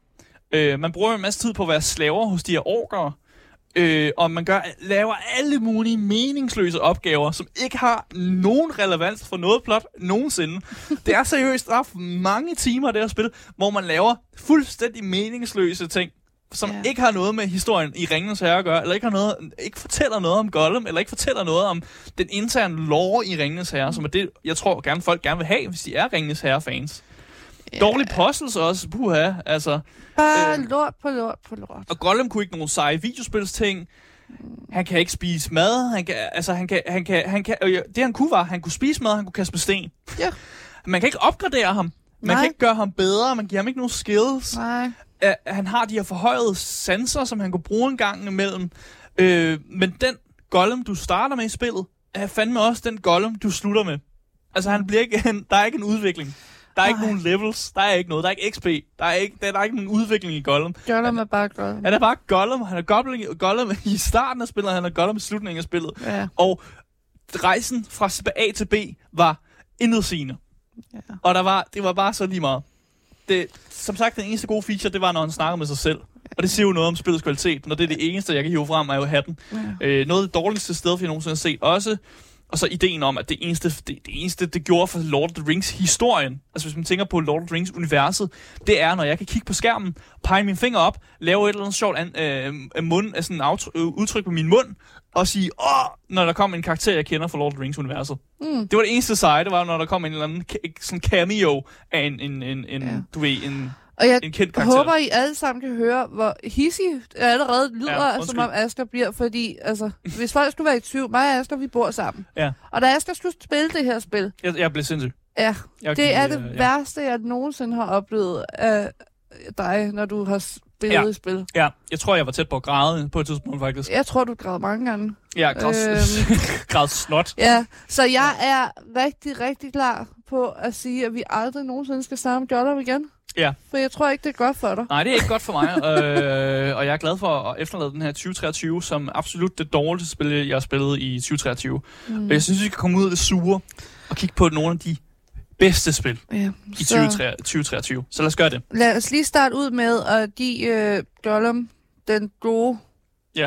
Øh, man bruger en masse tid på at være slaver hos de her orkere. Øh, og man gør, laver alle mulige meningsløse opgaver, som ikke har nogen relevans for noget plot nogensinde. Det er seriøst, der er mange timer af det her spil, hvor man laver fuldstændig meningsløse ting, som yeah. ikke har noget med historien i Ringenes Herre at gøre, eller ikke har noget, ikke fortæller noget om Gollum, eller ikke fortæller noget om den interne lore i Ringenes Herre, mm. som er det, jeg tror gerne folk gerne vil have, hvis de er Ringenes Herre-fans. Yeah. Dårlige puzzles også, puha, altså. Bare øh, lort på lort på lort. Og Gollum kunne ikke nogen seje videospilsting. Han kan ikke spise mad. Han kan, altså, han kan, han kan, han kan, øh, det han kunne var, han kunne spise mad, han kunne kaste med sten. Ja. Man kan ikke opgradere ham. Man Nej. kan ikke gøre ham bedre. Man giver ham ikke nogen skills. Nej. Uh, han har de her forhøjede sanser, som han kunne bruge en gang imellem. Uh, men den Gollum, du starter med i spillet, er fandme også den Gollum, du slutter med. Altså, han bliver ikke en, der er ikke en udvikling. Der er ikke nogen levels, der er ikke noget, der er ikke X P, der er ikke, der er ikke nogen udvikling i Gollum. Gollum er bare Gollum. Han er bare Gollum, han er Gollum, Gollum i starten af spillet, han er Gollum i slutningen af spillet. Ja. Og rejsen fra A til B var indudsigende. Ja. Og der var, det var bare så lige meget. Det, som sagt, den eneste gode feature, det var, når han snakker med sig selv. Og det siger jo noget om spillets kvalitet, når det er det eneste, jeg kan hive frem, er jo hatten. Ja. Øh, noget af det dårligste sted, jeg nogensinde har set også. Og så ideen om, at det eneste, det, det eneste, det gjorde for Lord of the Rings-historien, altså hvis man tænker på Lord of the Rings-universet, det er, når jeg kan kigge på skærmen, pege min finger op, lave et eller andet sjovt an, øh, mund, altså en aftryk, øh, udtryk på min mund, og sige, åh, når der kom en karakter, jeg kender fra Lord of the Rings-universet. Mm. Det var det eneste seje, det var, når der kom en eller anden sådan cameo af en, en, en, en ja. du ved, en... Og jeg en kendt karakter. håber, I alle sammen kan høre, hvor hissig allerede lyder, ja, som om Asger bliver. Fordi, altså, hvis folk skulle være i tvivl, mig og Asger, vi bor sammen. Ja. Og da Asger skulle spille det her spil... Jeg, jeg blev sindssyg. Ja, jeg det kan, er det ja. værste, jeg nogensinde har oplevet af dig, når du har spillet ja. i spil. Ja, jeg tror, jeg var tæt på at græde på et tidspunkt, faktisk. Jeg tror, du græd mange gange. Ja, græd, øhm, græd snot. Ja, så jeg er rigtig, rigtig klar på at sige, at vi aldrig nogensinde skal snakke om Gollum igen. Ja. For jeg tror ikke, det er godt for dig. Nej, det er ikke godt for mig, øh, og jeg er glad for at efterlade den her tyve treogtyve som absolut det dårligste spil, jeg har spillet i tyve treogtyve. Mm. Og jeg synes, vi kan komme ud af det sure og kigge på nogle af de bedste spil ja, i tyve treogtyve. Så lad os gøre det. Lad os lige starte ud med at give uh, Gollum den gode... Ja.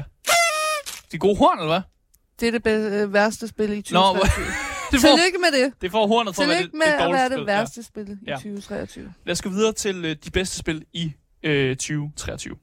De gode horn, eller hvad? Det er det be- værste spil i tyve treogtyve. Det får, Tillykke med det. Det får hornet for at være det, det med at være det spil. værste ja. spil i ja. tyve treogtyve. Lad os gå videre til uh, de bedste spil i uh, tyve treogtyve.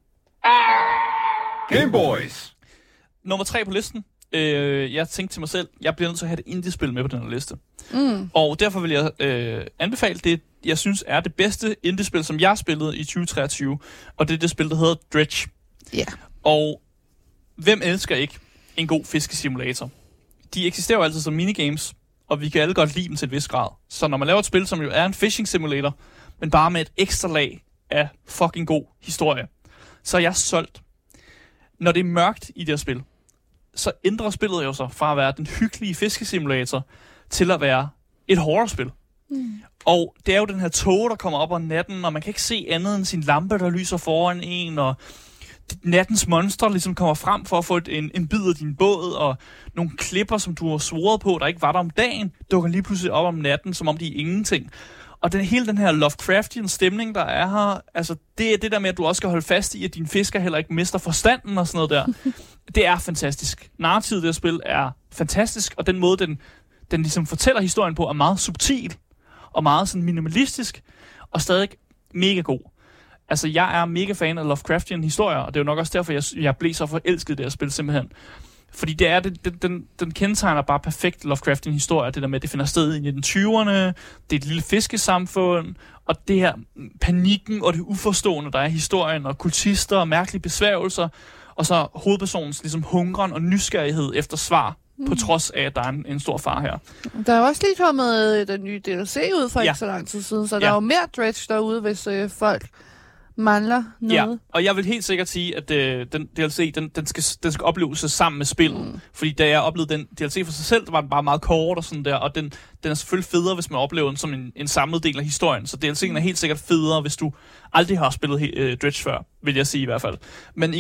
Game Boys. Nummer tre på listen. Uh, jeg tænkte til mig selv, jeg bliver nødt til at have et indie-spil med på den her liste. Mm. Og derfor vil jeg uh, anbefale det, jeg synes er det bedste indie-spil, som jeg har spillet i tyve treogtyve. Og det er det spil, der hedder Dredge. Ja. Yeah. Og hvem elsker ikke en god fiskesimulator? De eksisterer jo altid som minigames, og vi kan alle godt lide dem til et vis grad. Så når man laver et spil, som jo er en fishing simulator, men bare med et ekstra lag af fucking god historie, så er jeg solgt. Når det er mørkt i det her spil, så ændrer spillet jo sig fra at være den hyggelige fiskesimulator til at være et horrorspil. Mm. Og det er jo den her tog, der kommer op om natten, og man kan ikke se andet end sin lampe, der lyser foran en, og nattens monstre ligesom kommer frem for at få et, en, en bid af din båd, og nogle klipper, som du har svoret på, der ikke var der om dagen, dukker lige pludselig op om natten, som om de er ingenting. Og den, hele den her Lovecraftian stemning, der er her, altså det er det der med, at du også skal holde fast i, at dine fisker heller ikke mister forstanden og sådan noget der. Det er fantastisk. Narrativet i det her spil er fantastisk, og den måde, den, den ligesom fortæller historien på, er meget subtil, og meget sådan minimalistisk, og stadig mega god. Altså, jeg er mega fan af Lovecraftian historier, og det er jo nok også derfor, jeg, jeg blev så forelsket i det her spil, simpelthen. Fordi det er, det, den, den, den kendetegner bare perfekt Lovecraftian historie, det der med, at det finder sted i nitten tyverne, det er et lille fiskesamfund, og det her panikken og det uforstående, der er i historien, og kultister og mærkelige besværgelser, og så hovedpersonens ligesom hungren og nysgerrighed efter svar, mm. på trods af, at der er en, en stor far her. Der er jo også lige kommet den nye D L C ud for ja. ikke så lang tid siden, så ja. der er jo mere Dredge derude, hvis øh, folk mangler noget. Ja, og jeg vil helt sikkert sige, at øh, den D L C, den, den, skal, den skal opleves sammen med spillet. Mm. Fordi da jeg oplevede den D L C for sig selv, der var den bare meget kort og sådan der, og den, den er selvfølgelig federe, hvis man oplever den som en, en samlet del af historien. Så D L C'en er helt sikkert federe, hvis du aldrig har spillet øh, Dredge før, vil jeg sige i hvert fald. Men igen,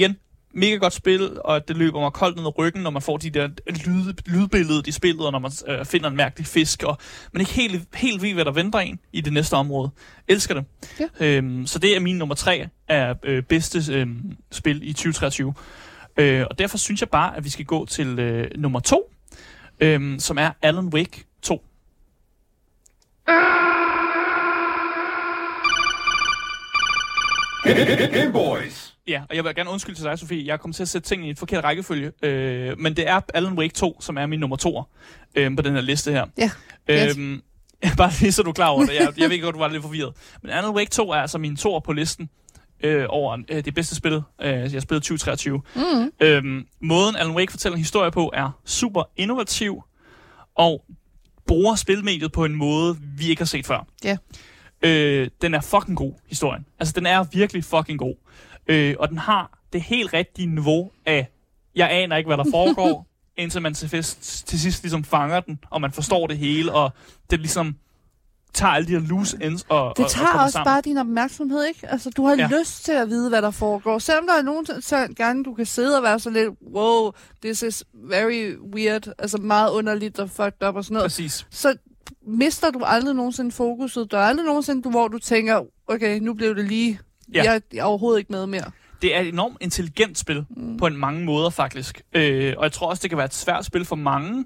mega godt spil, og det løber mig koldt ned ad ryggen, når man får de der lyd, lydbilleder i spillet, og når man øh, finder en mærkelig fisk, og man ikke helt, helt ved, hvad der venter en i det næste område. Elsker det. Ja. Øhm, så det er min nummer tre af øh, bedste øh, spil i tyve treogtyve. Øh, og derfor synes jeg bare, at vi skal gå til øh, nummer to, øh, som er Alan Wake to. Game Boys. Ja, og jeg vil gerne undskylde til dig, Sofie. Jeg kommer til at sætte tingene i et forkert rækkefølge. Øh, men det er Alan Wake to, som er min nummer to øh, på den her liste her. Ja, yes. øhm, Bare lige så du er klar over det. Jeg, jeg ved godt, du var lidt forvirret. Men Alan Wake to er altså min toer på listen øh, over øh, det bedste spil, øh, jeg spillede tyve treogtyve. Mm. Øhm, måden Alan Wake fortæller en historie på er super innovativ og bruger spilmediet på en måde, vi ikke har set før. Ja. Øh, den er fucking god, historien. Altså, den er virkelig fucking god. Øh, og den har det helt rigtige niveau af, jeg aner ikke, hvad der foregår, indtil man til, fest, til sidst ligesom fanger den, og man forstår det hele, og det ligesom tager alle de her loose ends og Det tager og, og også sammen. bare din opmærksomhed, ikke? Altså, du har Ja. lyst til at vide, hvad der foregår. Selvom der er nogen så gerne, du kan sidde og være så lidt, wow, this is very weird, altså meget underligt og fucked up og sådan noget. Præcis. Så mister du aldrig nogensinde fokuset. Der er aldrig nogensinde, hvor du tænker, okay, nu blev det lige, Ja. jeg, jeg er overhovedet ikke med mere. Det er et enormt intelligent spil, mm. på en mange måder faktisk. Øh, og jeg tror også, det kan være et svært spil for mange,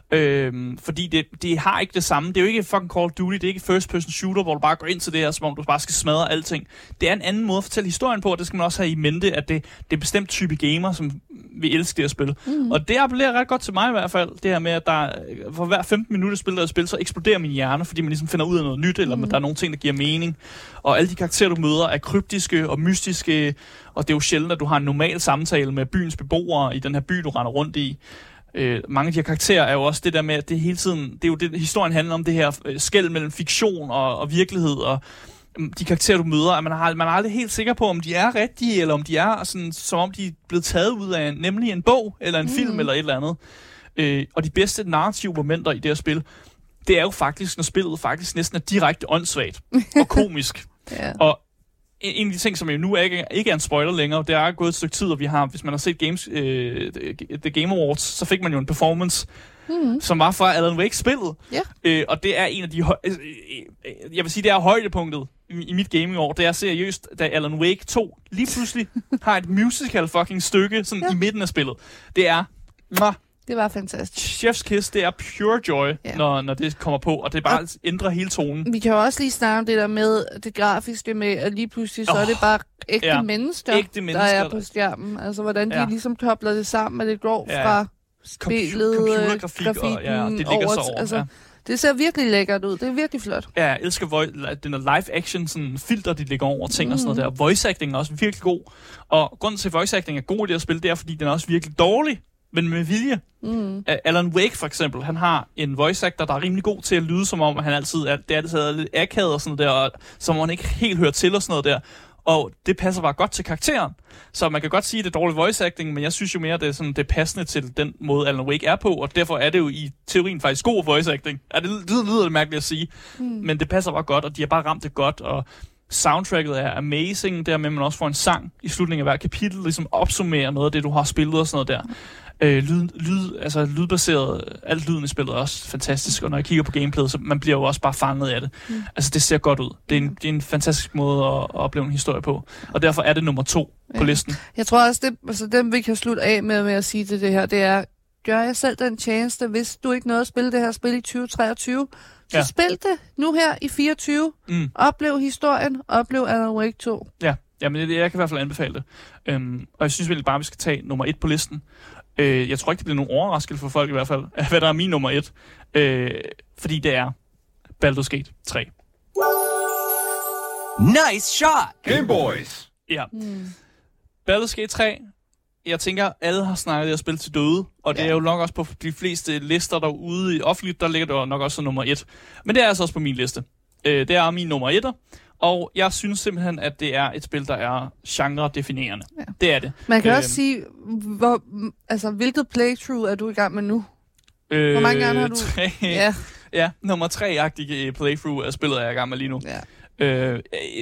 øh, fordi det, det har ikke det samme. Det er jo ikke fucking Call of Duty, det er ikke first person shooter, hvor du bare går ind til det her, som om du bare skal smadre alting. Det er en anden måde at fortælle historien på, og det skal man også have i mente, at det, det er en bestemt type gamer, som vi elsker det at spille. Mm. Og det appellerer ret godt til mig i hvert fald, det her med, at der for hver femten minutter spil, der er spil, så eksploderer min hjerne, fordi man ligesom finder ud af noget nyt, eller mm. der er nogle ting, der giver mening. Og alle de karakterer, du møder, er kryptiske og mystiske, og det er jo sjældent, at du har en normal samtale med byens beboere i den her by, du render rundt i. Øh, mange af de her karakterer er jo også det der med, at det hele tiden, det er jo det, historien handler om, det her øh, skel mellem fiktion og, og virkelighed, og øh, de karakterer, du møder, at man, har, man er aldrig helt sikker på, om de er rigtige, eller om de er sådan, som om de er blevet taget ud af en, nemlig en bog, eller en mm. film, eller et eller andet. Øh, og de bedste narrative momenter i det her spil, det er jo faktisk, når spillet faktisk næsten er direkte åndssvagt og komisk. Ja. Og en af de ting, som jo nu ikke, ikke er en spoiler længere, det er gået et stykke tid, og vi har, hvis man har set Games, øh, The Game Awards, så fik man jo en performance, mm. som var fra Alan Wake-spillet. Ja. Øh, og det er en af de, høj, øh, jeg vil sige, det er højdepunktet i, i mit gaming-år. Det er seriøst, da Alan Wake to lige pludselig har et musical fucking stykke sådan ja. i midten af spillet. Det er... Mwah, Det var fantastisk. Chef's Kiss, det er pure joy, ja. når, når det kommer på, og det bare og ændrer hele tonen. Vi kan jo også lige snakke om det der med det grafiske med, at lige pludselig så oh, er det bare ægte, ja. mennesker, ægte mennesker, der er på skærmen. Altså, hvordan de ja. ligesom kobler det sammen, at det går ja. fra spillet, computergrafik, grafikken og ja, det ligger over. så over. Altså, ja. Det ser virkelig lækkert ud. Det er virkelig flot. Ja, jeg elsker vo- den der live action sådan filter, de ligger over ting mm. og sådan noget der. Voice acting er også virkelig god. Og grunden til, at voice acting er god i det her spil, det er, fordi den er også virkelig dårlig, men med vilje. Mm. Alan Wake for eksempel, han har en voice actor, der er rimelig god til at lyde, som om han altid er, det er altid er lidt akavet og sådan noget der, og som man ikke helt hører til og sådan noget der. Og det passer bare godt til karakteren. Så man kan godt sige, at det er dårlig voice acting, men jeg synes jo mere, at det er, sådan, det er passende til den måde, Alan Wake er på, og derfor er det jo i teorien faktisk god voice acting. Ja, det lyder, lyder det mærkeligt at sige, mm. men det passer bare godt, og de har bare ramt det godt, og soundtracket er amazing, dermed man også får en sang i slutningen af hver kapitel, ligesom opsummerer noget af det, du har spillet og sådan noget der. Øh, lyd, lyd, altså lydbaseret, alt lyden i spillet er også fantastisk, og når jeg kigger på gameplayet, så man bliver jo også bare fanget af det. Mm. Altså det ser godt ud. Det er en, det er en fantastisk måde at, at opleve en historie på, og derfor er det nummer to ja. på listen. Jeg tror også, det, altså dem vi kan slutte af med, med at sige til det her, det er, gør jeg selv den tjeneste, hvis du ikke nåede at spille det her spil i tyve treogtyve, så ja. spil det nu her i fireogtyve. Mm. Oplev historien, oplev Alan Wake to. Ja, jamen det, jeg kan i hvert fald anbefale det. Øhm, og jeg synes virkelig bare, at vi skal tage nummer et på listen. Øh, jeg tror ikke, det bliver nogen overraskelse for folk i hvert fald, hvad der er min nummer et. Øh, fordi det er Baldur's Gate tre. Nice shot! Game Boys. Ja. Mm. Baldur's Gate tre, jeg tænker, alle har snakket det at spille til døde, og det ja. er jo nok også på de fleste lister derude i offentligt, der ligger det nok også nummer et. Men det er altså også på min liste. Øh, det er min nummer etter, og jeg synes simpelthen, at det er et spil, der er genre-definerende. Ja. Det er det. Man kan øh, også sige, hvor, altså, hvilket playthrough er du i gang med nu? Øh, hvor mange gange har du... Tre, ja. ja, nummer tre-agtige playthrough af spillet er jeg i gang med lige nu. Øh,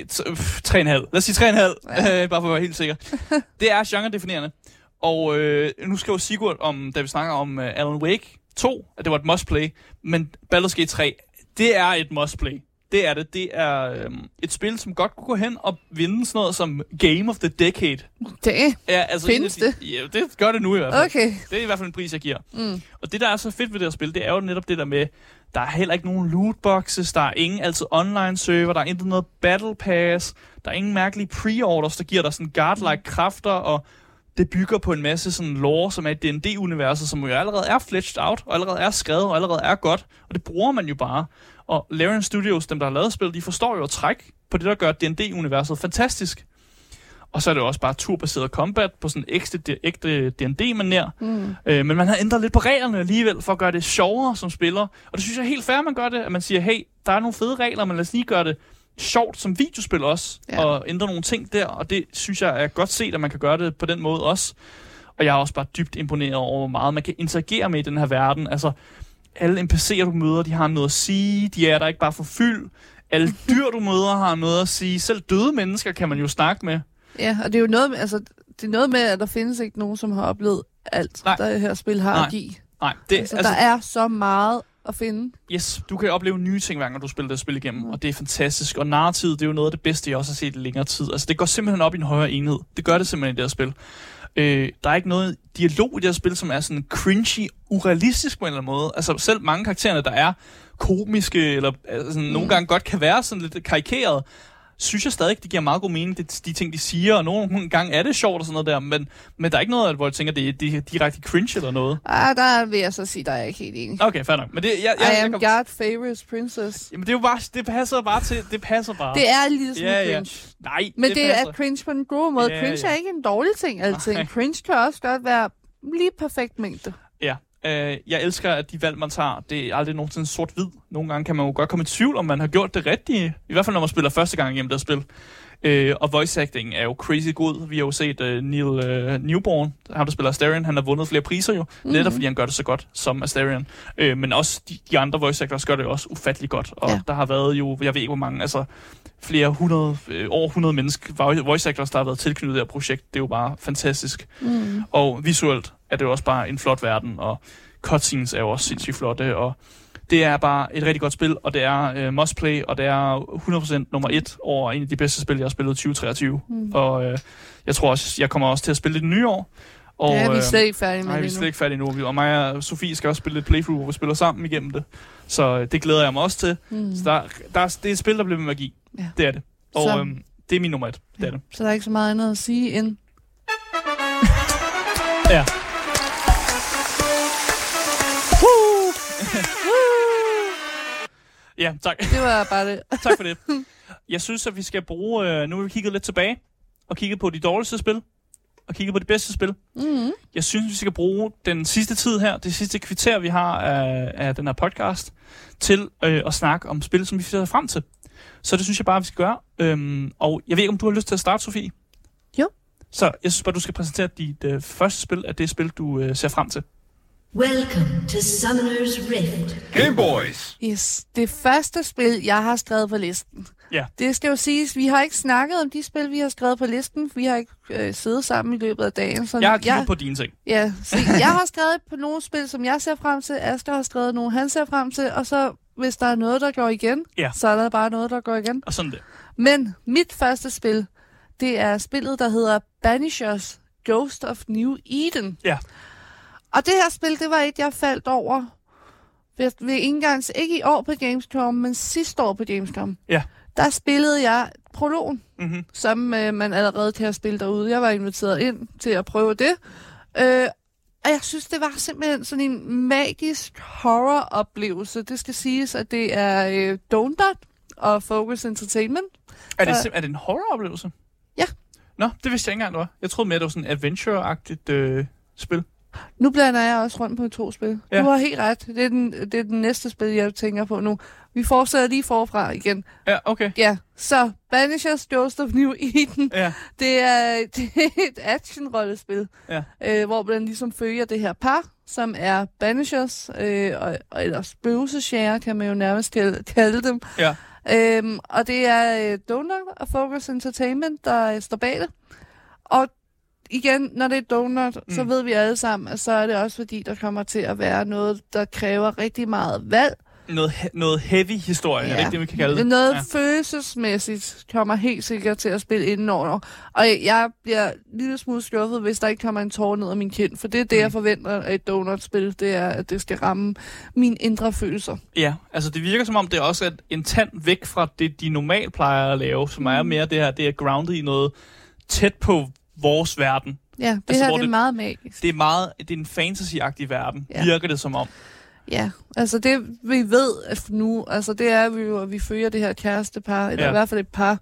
tre komma fem. Lad os sige tre komma fem, ja. øh, bare for at være helt sikker. Det er genre-definerende. Og øh, nu skriver Sigurd, om, da vi snakker om uh, Alan Wake to, at det var et must-play, men Baldur's Gate tre, det er et must-play. Det er det. Det er øh, et spil, som godt kunne gå hen og vinde sådan noget som Game of the Decade. Det ja, altså findes de, det? Ja, det gør det nu i hvert fald. Okay. Det er i hvert fald en pris, jeg giver. Mm. Og det, der er så fedt ved det her spil, det er jo netop det der med, der er heller ikke nogen lootboxes, der er ingen altid online-server, der er intet noget battle pass, der er ingen mærkelige pre-orders, der giver dig sådan godlike kræfter, og det bygger på en masse sådan lore, som er et D and D-universet, som jo allerede er fleshed out, og allerede er skrevet, og allerede er godt, og det bruger man jo bare. Og Larian Studios, dem der har lavet spil, de forstår jo at trække på det, der gør D and D-universet fantastisk. Og så er det jo også bare turbaseret combat på sådan en ægte, ægte D and D-manér. Mm. Øh, men man har ændret lidt på reglerne alligevel, for at gøre det sjovere som spiller. Og det synes jeg er helt fair, at man gør det, at man siger, hey, der er nogle fede regler, men lad os lige gøre det sjovt som videospil også, ja. Og ændre nogle ting der. Og det synes jeg er godt set, at man kan gøre det på den måde også. Og jeg er også bare dybt imponeret over, hvor meget man kan interagere med i den her verden. Altså, alle N P C'er, du møder, de har noget at sige. De er der ikke bare for fyld. Alle dyr, du møder, har noget at sige. Selv døde mennesker kan man jo snakke med. Ja, og det er jo noget med, altså, det er noget med, at der findes ikke nogen, som har oplevet alt, Nej. der her spil har Nej. at give. Nej, det, altså, altså, der er så meget at finde. Yes, du kan opleve nye ting, hver gang du spiller det spil igennem, mm. og det er fantastisk. Og narrativet, det er jo noget af det bedste, jeg også har set i længere tid. Altså, det går simpelthen op i en højere enhed. Det gør det simpelthen i det her spil. Øh, der er ikke noget dialog i det her spil, som er sådan cringy, urealistisk på en eller anden måde. Altså, selv mange karaktererne, der er komiske, eller altså, mm. nogle gange godt kan være sådan lidt karikeret, synes jeg stadig, det giver meget god mening, det, de ting, de siger, og nogle gange er det sjovt og sådan noget der, men, men der er ikke noget, hvor jeg tænker, det er, det er direkte cringe eller noget. Ah, der vil jeg så sige, der er jeg ikke helt enig. Okay, fair nok. Men det, jeg, jeg, I am jeg kan... God favorites princess. Jamen, det er jo bare, det passer bare til, det passer bare. Det er lige sådan ja, cringe. Ja. Nej, men det, det passer. er cringe på en god måde. Ja, cringe ja. er ikke en dårlig ting, altid. Nej. Cringe kan også godt være lige perfekt mængde. Ja. Øh, jeg elsker, at de valg, man tager, det er aldrig nogensinde sort-hvid. Nogle gange kan man jo godt komme i tvivl, om man har gjort det rigtige. I hvert fald, når man spiller første gang igennem det spil. Øh, og voice acting er jo crazy god. Vi har jo set uh, Neil uh, Newborn, ham der spiller Astarion, han har vundet flere priser jo, mm-hmm. netop fordi han gør det så godt som Astarion. Øh, men også de, de andre voice actors gør det også ufattelig godt. Og ja. Der har været jo, jeg ved ikke hvor mange, altså flere hundrede, øh, over hundrede mennesker, voice actors, der har været tilknyttet det her projekt. Det er jo bare fantastisk. Mm. Og visuelt er det jo også bare en flot verden, og cutscenes er jo også sindssygt flotte, og det er bare et rigtig godt spil, og det er uh, must play, og det er hundrede procent nummer et over en af de bedste spil, jeg har spillet i tyve treogtyve. Mm. Og uh, jeg tror også, jeg kommer også til at spille det det nye år. Og, det er vi slet ikke færdige med nej, vi er slet ikke færdige nu. Og mig og Sofie skal også spille et playthrough, hvor vi spiller sammen igennem det. Så uh, det glæder jeg mig også til. Mm. Så der, der er, det er et spil, der bliver med magi. Ja. Det er det. Og um, det er min nummer et. Det ja. er det. Så der er ikke så meget andet at sige end... ja. Ja, tak. Det var bare det. Tak for det. Jeg synes, at vi skal bruge... Øh, nu har vi kigget lidt tilbage, og kigget på de dårligste spil, og kigget på de bedste spil. Mm-hmm. Jeg synes, vi skal bruge den sidste tid her, det sidste kvarter, vi har af, af den her podcast, til øh, at snakke om spil, som vi ser frem til. Så det synes jeg bare, vi skal gøre. Øhm, og jeg ved ikke, om du har lyst til at starte, Sofie? Jo. Så jeg synes bare, du skal præsentere dit øh, første spil af det spil, du øh, ser frem til. Welcome to Summoner's Rift. Game Boys. Yes, det første spil, jeg har skrevet på listen. Ja. Det skal jo siges, vi har ikke snakket om de spil, vi har skrevet på listen. Vi har ikke øh, siddet sammen i løbet af dagen. Så jeg har kigget jeg, på dine ting. Ja, så jeg har skrevet på nogle spil, som jeg ser frem til. Asger har skrevet nogle, han ser frem til. Og så, hvis der er noget, der går igen, ja. så er der bare noget, der går igen. Og sådan det. Men mit første spil, det er spillet, der hedder Banishers Ghost of New Eden. Ja. Og det her spil, det var et, jeg faldt over ved, ved engangs, ikke i år på Gamescom, men sidste år på Gamescom. Ja. Der spillede jeg prologen, mm-hmm. som øh, man allerede kan have spillet derude. Jeg var inviteret ind til at prøve det. Øh, og jeg synes, det var simpelthen sådan en magisk horror-oplevelse. Det skal siges, at det er øh, Donut og Focus Entertainment. Er det, sim- er det en horror-oplevelse? Ja. Nå, det vidste jeg ikke engang, det var. Jeg troede mere, det var sådan et adventure-agtigt øh, spil. Nu blander jeg også rundt på to spil. Ja. Du har helt ret. Det er, den, det er den næste spil, jeg tænker på nu. Vi fortsætter lige forfra igen. Ja, okay. Ja, så Banishers Ghost of New Eden. Ja. Det er, det er et action-rollespil, ja. øh, hvor man ligesom følger det her par, som er Banishers, øh, og, og ellers spøgelsesjæger, kan man jo nærmest kalde dem. Ja. Øhm, og det er øh, Donut og Focus Entertainment, der øh, står bag det. Og igen, når det er Donut, mm. så ved vi alle sammen, at så er det også fordi, der kommer til at være noget, der kræver rigtig meget valg. Noget, he- noget heavy historie, ja. Er det ikke det, vi kan kalde det? Noget ja. følelsesmæssigt kommer helt sikkert til at spille indenover. Og jeg bliver en lille smule skuffet, hvis der ikke kommer en tår ned af min kind. For det er det, mm. jeg forventer af et donut-spil. Det er, at det skal ramme mine indre følelser. Ja, altså det virker som om, det er også en tand væk fra det, de normalt plejer at lave. Som er mere det her, det er grounded i noget tæt på vores verden. Ja, det altså, her det er det, meget magisk. Det er meget, det er en fantasy-agtig verden, ja. Virker det som om. Ja, altså det vi ved at nu, altså det er vi jo, at vi følger det her kærestepar, eller ja. i hvert fald et par.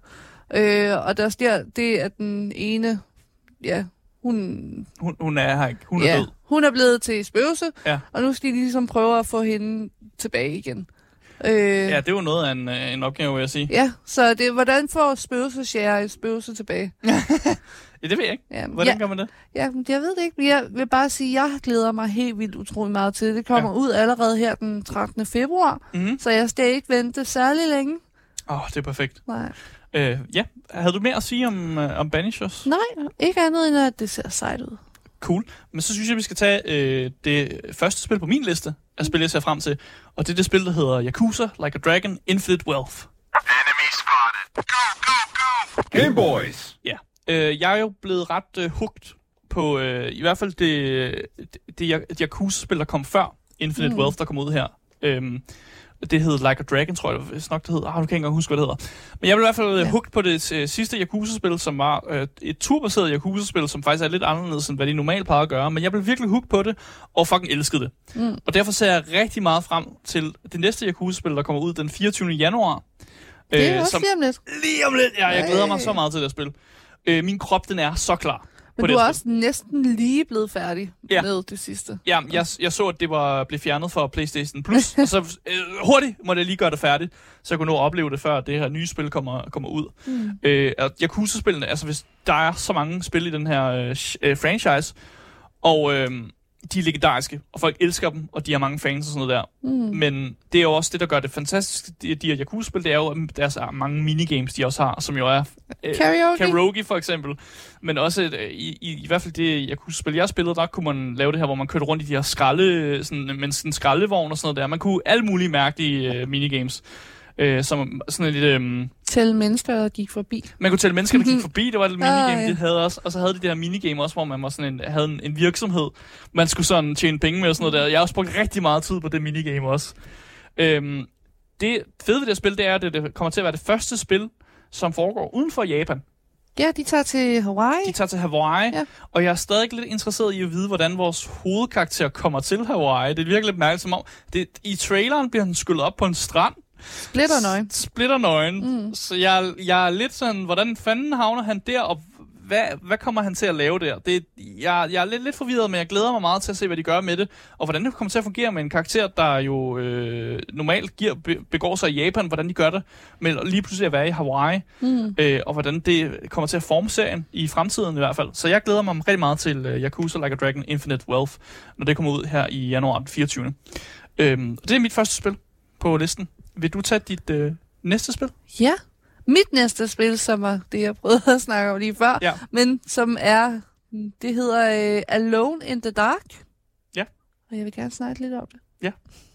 Øh, og der sker det, at den ene, ja, hun... Hun, hun er her ikke. Hun ja, er død. Hun er blevet til spøgelse, ja. Og nu skal de ligesom prøve at få hende tilbage igen. Øh, ja, det er jo noget af en, en opgave, vil jeg sige. Ja, så det hvordan får spøgelsesjære et spøgelse tilbage? Ja, det ved jeg ikke. Ja, hvordan ja, gør man det? Ja, jeg ved det ikke, men jeg vil bare sige, at jeg glæder mig helt vildt utrolig meget til det. Det kommer ja. ud allerede her den trettende februar, mm-hmm. så jeg skal ikke vente særlig længe. Åh, oh, det er perfekt. Nej. Øh, ja, havde du mere at sige om, uh, om Banishers? Nej, ikke andet end at det ser sejt ud. Cool. Men så synes jeg, vi skal tage øh, det første spil på min liste af spil, jeg ser frem til. Og det er det spil, der hedder Yakuza Like a Dragon Infinite Wealth. Enemy spotted. Go, go, go! Game Boys. Ja. Øh, jeg er jo blevet ret øh, hooked på øh, i hvert fald det, det, det Yakuza-spil, der kom før Infinite mm. Wealth, der kom ud her. Øhm, det hed Like a Dragon, tror jeg, hvis nok det hed. Ah, du kan ikke engang huske, hvad det hedder. Men jeg blev i hvert fald ja. hooked på det øh, sidste Yakuza-spil, som var øh, et turbaseret Yakuza-spil, som faktisk er lidt anderledes, end hvad de normalt plejer at gøre. Men jeg blev virkelig hooked på det, og fucking elskede det. Mm. Og derfor ser jeg rigtig meget frem til det næste Yakuza-spil, der kommer ud den fireogtyvende januar. Det er øh, også som, lige om lidt. Lige om lidt, ja. Jeg glæder mig så meget til det spil. Øh, min krop, den er så klar. Men du er også næsten lige blevet færdig ja. med det sidste. Ja, jeg, jeg så, at det var blevet fjernet fra PlayStation Plus, og så øh, hurtigt måtte jeg lige gøre det færdigt, så jeg kunne nå at opleve det, før det her nye spil kommer, kommer ud. Mm. Øh, Yakuza-spillene, altså hvis der er så mange spil i den her øh, franchise, og øh, de er legendariske, og folk elsker dem, og de har mange fans og sådan noget der. Mm. Men det er jo også det, der gør det fantastisk. De, de her Yakuza-spil, det er jo, at der er mange minigames, de også har, som jo er øh, karaoke. karaoke for eksempel. Men også øh, i, i, i hvert fald det Yakuza-spil, jeg spillede, der kunne man lave det her, hvor man kørte rundt i de her skralde, sådan, men sådan skraldevogn og sådan noget der. Man kunne alle mulige mærkelige øh, minigames. Øh, som sådan lidt... Øh, tælle mennesker, der gik forbi. Man kunne tælle mennesker, der gik forbi. Det var et minigame, ah, ja. de havde også. Og så havde de det her minigame også, hvor man var sådan en, havde en, en virksomhed. Man skulle sådan tjene penge med og sådan noget der. Jeg har også brugt rigtig meget tid på det minigame også. Øhm, det fede ved det spil, det er, at det kommer til at være det første spil, som foregår uden for Japan. Ja, de tager til Hawaii. De tager til Hawaii, ja. Og jeg er stadig lidt interesseret i at vide, hvordan vores hovedkarakter kommer til Hawaii. Det er virkelig lidt mærkeligt, som om det, i traileren bliver han skyllet op på en strand. Splitternøgen. Splitternøgen. Mm. Så jeg, jeg er lidt sådan, hvordan fanden havner han der, og hvad, hvad kommer han til at lave der? Det, jeg, jeg er lidt, lidt forvirret, men jeg glæder mig meget til at se, hvad de gør med det, og hvordan det kommer til at fungere med en karakter, der jo øh, normalt giver, be, begår sig i Japan, hvordan de gør det, men lige pludselig at være i Hawaii, mm. øh, og hvordan det kommer til at forme serien i fremtiden i hvert fald. Så jeg glæder mig rigtig meget til uh, Yakuza Like a Dragon Infinite Wealth, når det kommer ud her i januar den fireogtyvende Øhm, det er mit første spil på listen. Vil du tage dit øh, næste spil? Ja, mit næste spil, som er det, jeg prøvede at snakke om lige før, ja. men som er, det hedder uh, Alone in the Dark. Ja. Og jeg vil gerne snakke lidt om det. Ja.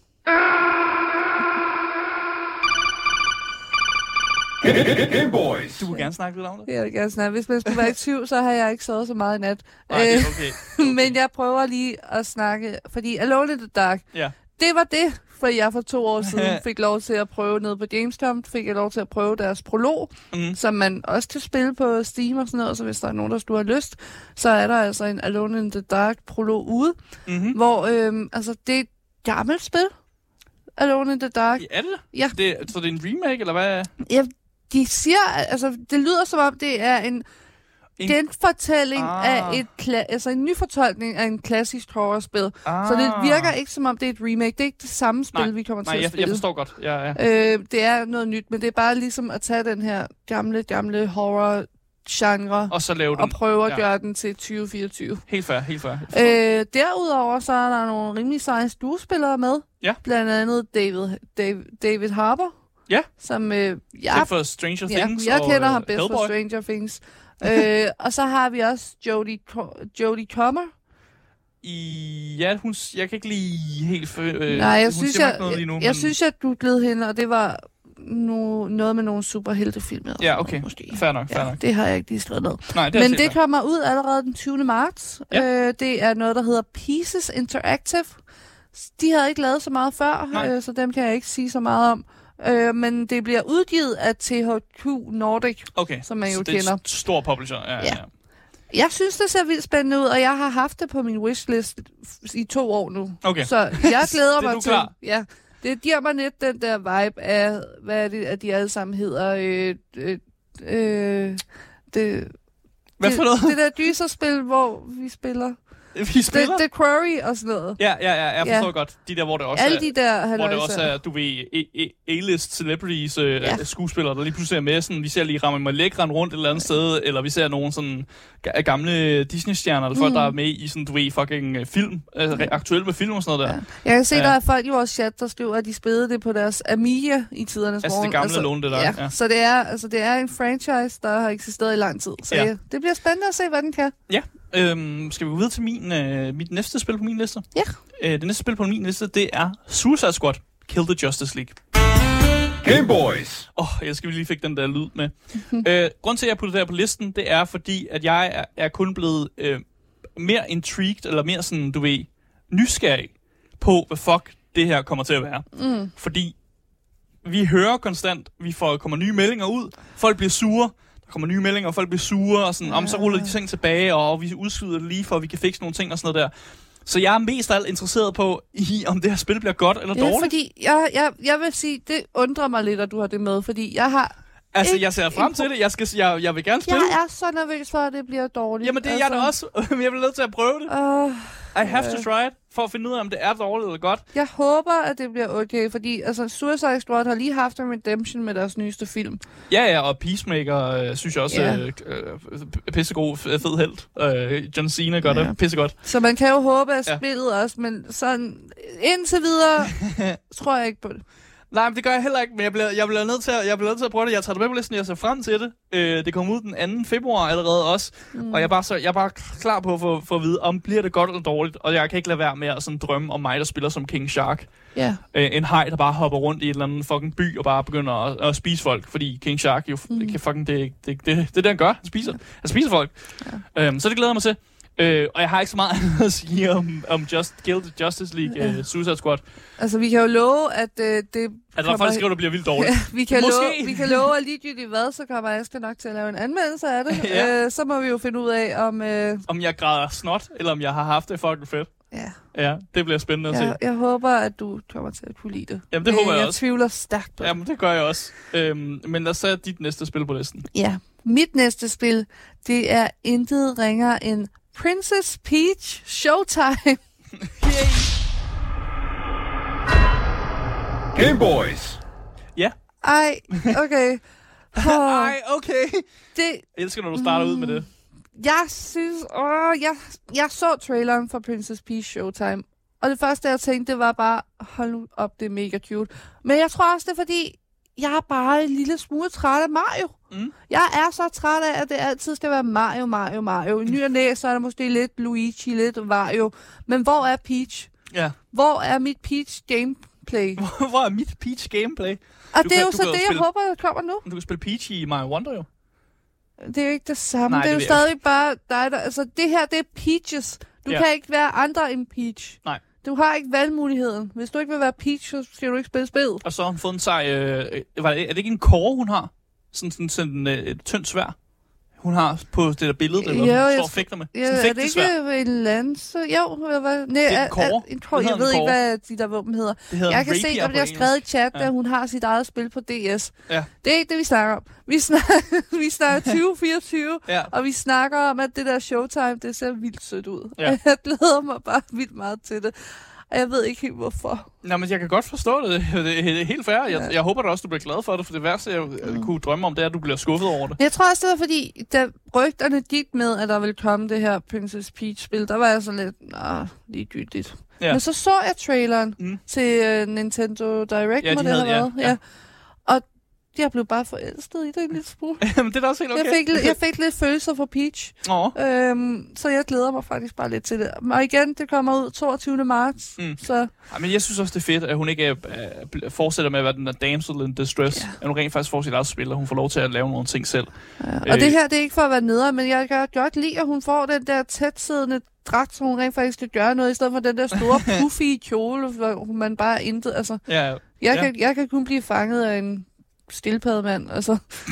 Game Boys. Du vil gerne snakke lidt om det? Jeg vil gerne snakke. Hvis man skulle være i tvivl, så har jeg ikke sovet så meget i nat. Nej, det er okay. okay. Men jeg prøver lige at snakke, fordi Alone in the Dark, ja. det var det, for jeg for to år siden fik lov til at prøve ned på Gamescom, fik jeg lov til at prøve deres prolog, mm. som man også kan spille på Steam og sådan noget, så hvis der er nogen, der skulle have lyst, så er der altså en Alone in the Dark prolog ude, mm-hmm. hvor øhm, altså, det er et gammelt spil, Alone in the Dark. Ja, er det? Ja. Det, så det er en remake, eller hvad? Ja, de siger, altså det lyder som om, det er en En genfortælling ah. af et kla- altså en ny fortolkning af en klassisk horrorspil. Ah. Så det virker ikke som om det er et remake. Det er ikke det samme spil, nej, vi kommer til nej, at jeg, spille. jeg forstår godt. Ja, ja. Øh, det er noget nyt, men det er bare ligesom at tage den her gamle, gamle horror-genre og så lave den. Og prøve at ja. gøre den til tyve fireogtyve. Helt fair, helt fair. Helt fair. Øh, derudover så er der nogle rimelig seje skuespillere med. Ja. Blandt andet David, David, David Harbour. Ja. Som øh, jeg, Kendt for Stranger ja, Things jeg og kender øh, ham bedst Hellboy. for Stranger Things. øh, og så har vi også Jodie, Jodie Comer. I, ja, hun, jeg kan ikke lige helt... Øh, Nej, jeg hun synes, siger mig jeg, ikke noget lige nu, jeg, men... jeg synes, jeg googlede hende, og det var no, noget med nogle superheltefilm. eller Ja, sådan okay. noget, måske. Fair nok, fair Ja, nok. det har jeg ikke lige skrevet ned. Nej, det Men er det kommer ud allerede den tyvende marts. Ja. Øh, det er noget, der hedder Pieces Interactive. De havde ikke lavet så meget før, øh, så dem kan jeg ikke sige så meget om. Øh, men det bliver udgivet af T H Q Nordic, Okay, som man jo så det er kender. en stor publisher. Ja, ja. Ja. ja. Jeg synes, det ser vildt spændende ud, og jeg har haft det på min wishlist i to år nu. Okay. Så jeg glæder Det er mig du til. klar? Ja, det giver mig lidt den der vibe af, hvad er det, at de alle sammen hedder. Øh, øh, øh, det, Hvad for noget? Det, det der gyserspil, hvor vi spiller. Vi spiller? Det, det Quarry og sådan noget. Ja, ja, ja, jeg forstår Ja. godt. De der, hvor det også Alle er... de der Hvor det halløjser. også er, du ved, A- A- A-list celebrities, øh, Ja. skuespillere, der lige pludselig er med. Sådan, vi ser lige Rami Malek rende rundt et eller andet sted, eller vi ser nogle sådan ga- gamle Disney-stjerner, eller folk, Mm. der er med i sådan, du ved, fucking øh, film, altså re- aktuelt med film og sådan noget der. Ja. Jeg kan se, Ja. der er folk i vores chat, der skriver, at de spillede det på deres Amiga i tidernes Altså morgen. det gamle lån, det der. Ja. Ja. Så det er, altså, det er en franchise, der har eksisteret i lang tid. Så Ja. ja. det bliver spændende at se, hvad den kan. Ja. Øhm, skal vi gå videre til min, øh, mit næste spil på min liste? Ja. Øh, det næste spil på min liste, det er Suicide Squad, Kill the Justice League. Game Boys. Åh, oh, jeg skal vi lige fik den der lyd med. øh, grunden til, at jeg putter det her på listen, det er fordi, at jeg er, er kun blevet øh, mere intrigued, eller mere sådan, du ved, nysgerrig på, hvad fuck det her kommer til at være. Mm. Fordi vi hører konstant, vi får kommer nye meldinger ud, folk bliver sure, der kommer nye meldinger, og folk bliver sure, og sådan, om så ruller de ting tilbage, og vi udskyder det lige for, at vi kan fikse nogle ting og sådan noget der. Så jeg er mest af alt interesseret på, i, om det her spil bliver godt eller Ja, dårligt. fordi jeg, jeg, jeg vil sige, det undrer mig lidt, at du har det med, fordi jeg har... Altså, ikke jeg ser frem en- til det. Jeg, skal, jeg, jeg vil gerne spille. Jeg er så nervøs for, at det bliver dårligt. Jamen, det er jeg da også. Men jeg bliver nødt til at prøve det. Uh, I have to try it, for at finde ud af, om det er dårligt eller godt. jeg håber, at det bliver okay, fordi altså, Suicide Squad har lige haft en redemption med deres nyeste film. Ja, ja, og Peacemaker, øh, synes jeg også, Ja. øh, øh, pissegod, f- fed helt. Øh, John Cena gør Ja. det pissegodt. Så man kan jo håbe, at Ja. spillet også, men sådan indtil videre tror jeg ikke på det. Nej, men det gør jeg heller ikke, men jeg bliver, jeg bliver, nødt, til at, jeg bliver nødt til at prøve det. Jeg tager det med på listen, jeg ser frem til det. Øh, det kommer ud den anden februar allerede også, mm. og jeg er, bare så, jeg er bare klar på at få, få at vide, om bliver det godt eller dårligt. Og jeg kan ikke lade være med at sådan drømme om mig, der spiller som King Shark. Ja. Øh, en haj, der bare hopper rundt i et eller andet fucking by og bare begynder at, at spise folk, fordi King Shark jo mm. det kan fucking det, det, det, det, det, det han gør. Han spiser, han spiser folk. Ja. Øhm, så det glæder jeg mig til. Øh, og jeg har ikke så meget andet at sige om, om Just Kill the Justice League, Ja. uh, Suicide Squad. Altså, vi kan jo love, at uh, det At der er folk, der skriver, at det bliver vildt dårligt. Ja, vi, kan Måske. love, vi kan love, at ligegyldigt hvad, så kommer Asger nok til at lave en anmeldelse af det. Ja. uh, så må vi jo finde ud af, om... Uh, Om jeg græder snot, eller om jeg har haft det fucking fedt. ja. Ja, det bliver spændende at Jeg, se. jeg håber, at du kommer til at kunne lide det. Jamen, det håber jeg jeg også. tvivler stærkt på det. Jamen, det gør jeg også. Øhm, men lad os tage dit næste spil på listen. Ja, mit næste spil, det er intet ringer end Princess Peach Showtime. Game Boys. Ja. Ej, okay. Oh, Ej, okay. det, Jeg elsker, når du starter mm. ud med det. jeg synes... Åh, jeg, jeg så traileren for Princess Peach Showtime, og det første, jeg tænkte, det var bare, hold nu op, det er mega cute. Men jeg tror også, det er fordi, jeg er bare en lille smule træt af Mario. Mm. Jeg er så træt af, at det altid skal være Mario, Mario, Mario. I ny og næ, så er der måske lidt Luigi, lidt Wario. Men hvor er Peach? Ja. Hvor er mit Peach gameplay? Hvor er mit Peach gameplay? Og Du det er kan- jo du så kan det, jo jeg spille- håber, der kommer nu. Du kan spille Peach i Mario Wonder, jo. Det er jo ikke det samme. Nej, det er det jo ved jeg stadig bare dig, der... Altså, det her, det er Peaches. Du Ja. kan ikke være andre end Peach. Nej. Du har ikke valgmuligheden. Hvis du ikke vil være Peach, så skal du ikke spille spillet. Og så har hun fået en sej... Øh, var det, er det ikke en kåre, hun har? Sådan, sådan, sådan øh, et tyndt svær. Hun har på det der billede, der Jo, hun jeg står og tror- fægter med. Ja, Sådan er det fægtesvær. ikke en lanse? Jo, eller hvad? Nej, er en kåre. en kåre. Det Jeg hedder ved en ikke, kåre. hvad de der våben hedder. Det hedder Jeg en kan se, rapier der på bliver engelsk. skrevet i chat, Ja. at hun har sit eget spil på D S. Ja. Det er ikke det, vi snakker om. Vi snakker, vi snakker tyve fireogtyve, Ja. og vi snakker om, at det der Showtime, det ser vildt sødt ud. Ja. Og jeg glæder mig bare vildt meget til det. Og jeg ved ikke helt, hvorfor. Nå, men jeg kan godt forstå det. Det er helt fair. Jeg, Ja. jeg håber da også, du bliver glad for det, for det værste, jeg mm. kunne drømme om, det er, at du bliver skuffet over det. Men jeg tror også, det var fordi, da rygterne gik med, at der ville komme det her Princess Peach-spil, der var jeg sådan lidt, nå, ligegyldigt. Ja. Men så så jeg traileren Mm. til uh, Nintendo Direct, Ja, må de det havde- have ja, været. ja. Ja. Og jeg blev bare forelsket i det en lille smule. Jamen, det er da også helt okay. Jeg fik, jeg fik lidt følelser for Peach. Åh. Øhm, så jeg glæder mig faktisk bare lidt til det. Og igen, det kommer ud toogtyvende marts. Mm. Så Ja, men jeg synes også, det er fedt, at hun ikke er, er, fortsætter med at være den der damsel in distress. Ja. At hun rent faktisk får sit eget spil, og hun får lov til at lave nogle ting selv. ja. Øh. Og det her, det er ikke for at være nederen, men jeg kan godt lide, at hun får den der tætsiddende dragt, så hun rent faktisk skal gøre noget, i stedet for den der store puffy kjole, hvor man bare er intet. Altså, Ja, jeg, ja. kan, jeg kan kun blive fanget af en skildpaddemand. Altså.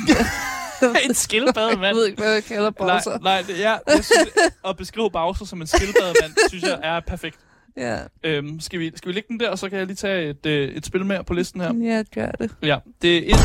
En skildpaddemand. Jeg ved ikke, hvad jeg kalder Bowser. Nej, nej det, ja, jeg synes, at beskrive Bowser som en skildpaddemand, synes jeg er perfekt. Ja. Øhm, skal, vi, skal vi lægge den der, og så kan jeg lige tage et, øh, et spil mere på listen her. Ja, gør det. Ja, det er et...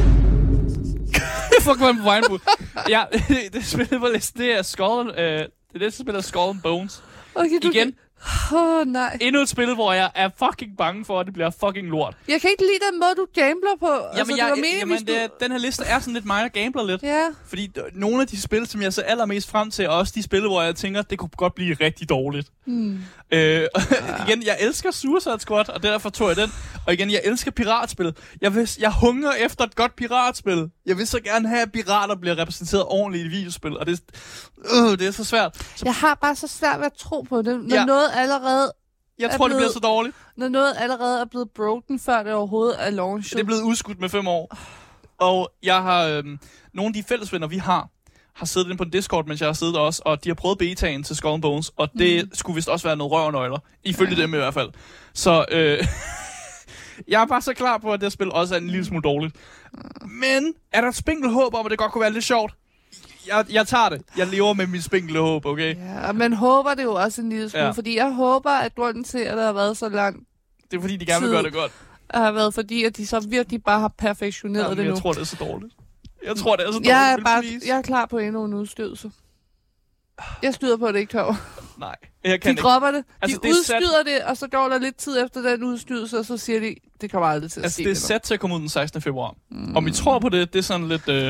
Fuck, hvor er på vejen på. Ja, det spiller på listen, det er Skull, øh, det er det, som spiller Skull and Bones. Okay, du Igen. Åh, oh, nej. Endnu et spil, hvor jeg er fucking bange for, at det bliver fucking lort. Jeg kan ikke lide den måde, du gambler på. Jamen, altså, jeg, det var meningen, jamen hvis du... det, den her liste er sådan lidt mig, der gambler lidt. Ja. Fordi d- nogle af de spil, som jeg ser allermest frem til, er også de spil, hvor jeg tænker, det kunne godt blive rigtig dårligt. Hmm. Øh, igen, jeg elsker Suicide Squad, og derfor tog jeg den. Og igen, jeg elsker piratspil. Jeg, vil, jeg hungrer efter et godt piratspil. Jeg vil så gerne have, at pirater bliver repræsenteret ordentligt i videospil, og det, øh, det er så svært. Så Jeg har bare så svært ved at tro på det, når Ja. noget allerede jeg er tror, det blevet- bliver så dårligt. når noget allerede er blevet broken, før det overhovedet er launchet. Det er blevet udskudt med fem år. Og jeg har... Øhm, nogle af de fællesvenner, vi har, har siddet inde på en Discord, mens jeg har siddet også, og de har prøvet betaen til Skull and Bones, og det mm. skulle vist også være noget røvnøgler. Ifølge ja. dem i hvert fald. Så øh, jeg er bare så klar på, at det spil også er en lille smule dårligt. Men er der et spinkelt håb om, at det godt kunne være lidt sjovt? Jeg, jeg tager det. Jeg lever med mit spinkle håb, okay? Ja, og man håber det jo også en lille smule, Ja. fordi jeg håber, at grunden til, at der har været så lang, Det er fordi, de gerne vil Tid. gøre det godt. har været fordi, at de så virkelig bare har perfektioneret Jamen, det nu. jeg tror, det er så dårligt. Jeg tror, det er så dårligt. jeg er, Vil bare, please? jeg er klar på endnu en udstødelse. Jeg styrer på det ikke, Tov. Nej, jeg kan De ikke. dropper det. De Altså, altså, det er sat- udskyder det, og så går der lidt tid efter den udstyrelse, og så siger de, det kommer aldrig til at Altså, ske. det er nu. sat til at komme ud den sekstende februar. Mm. Om I tror på det, det er sådan lidt uh,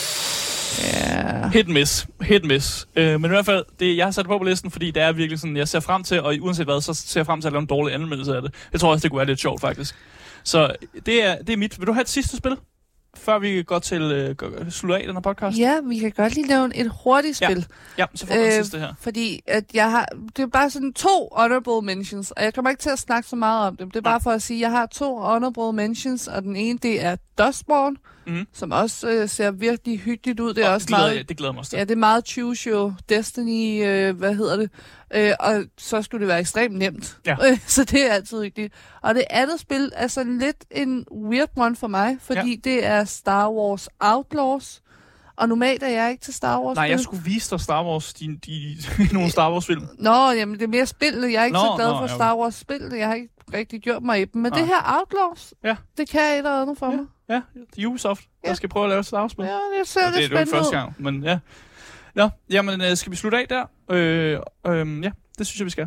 Ja. hit and miss. Hit and miss. Uh, men i hvert fald, det, jeg har sat det på på listen, fordi det er virkelig sådan, jeg ser frem til, og uanset hvad, så ser jeg frem til at lave en dårlig anmeldelse af det. Jeg tror også, det kunne være lidt sjovt, faktisk. Så det er, det er mit. Vil du have et sidste spil, før vi går til uh, slutte af den her podcast? Ja, vi kan godt lige lave et hurtigt Ja. spil. Ja, så får du øh, den sidste her. Fordi at jeg har, det er bare sådan to honorable mentions, og jeg kommer ikke til at snakke så meget om dem. Det er bare for at sige, at jeg har to honorable mentions, og den ene, det er Dustborn, Mhm. som også øh, ser virkelig hyggeligt ud. Det er Og også det, glæder meget, jeg, det glæder mig også til. ja, det er meget Choose Your Destiny, øh, hvad hedder det, øh, og så skulle det være ekstremt nemt. Ja. Øh, så det er altid hyggeligt. Og det andet spil er sådan lidt en weird one for mig, fordi ja. det er Star Wars Outlaws, og normalt er jeg ikke til Star Wars. Nej, jeg skulle vise dig Star Wars, de, de, nogle Star Wars-film. Nå, jamen det er mere spillene. Jeg er ikke Nå, så glad nå, for ja. Star Wars-spillene. Jeg har ikke rigtig gjort mig i dem. Men Nej. det her Outlaws, Ja. det kan et eller andet for Ja. mig. Ja, det er Ubisoft, der Ja. skal prøve at lave et Star Wars-spil. Ja, det ser Ja, lidt det er jo ikke spændende første ud. gang, men ja. Nå, jamen, øh, skal vi slutte af der? Øh, øh, ja, det synes jeg, vi skal.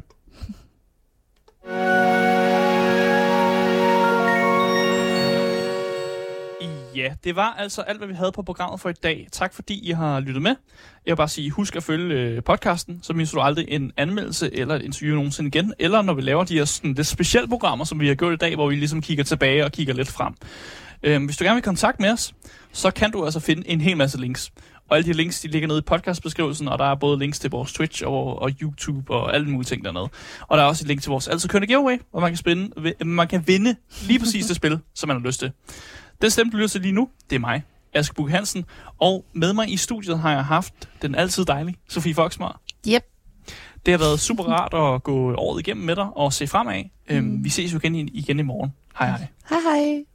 Ja, det var altså alt, hvad vi havde på programmet for i dag. Tak fordi I har lyttet med. Jeg vil bare sige, husk at følge øh, podcasten, så misser du aldrig en anmeldelse eller et interview nogensinde igen. Eller når vi laver de her sådan, det specielle programmer, som vi har gjort i dag, hvor vi ligesom kigger tilbage og kigger lidt frem. Øh, hvis du gerne vil i kontakt med os, så kan du altså finde en hel masse links. Og alle de links, de ligger nede i podcastbeskrivelsen, og der er både links til vores Twitch og, og YouTube og alle mulige ting dernede. Og der er også et link til vores altid kørende giveaway, hvor man kan, spinde, man kan vinde lige præcis det spil, som man har lyst til. Den stemme, du lytter til lige nu, det er mig, Aske Buch Hansen. Og med mig i studiet har jeg haft den altid dejlige Sofie Foxmar. Yep. Det har været super rart at gå året igennem med dig og se fremad. Mm. Øhm, vi ses jo igen, igen i morgen. Hej hej. Hej hej.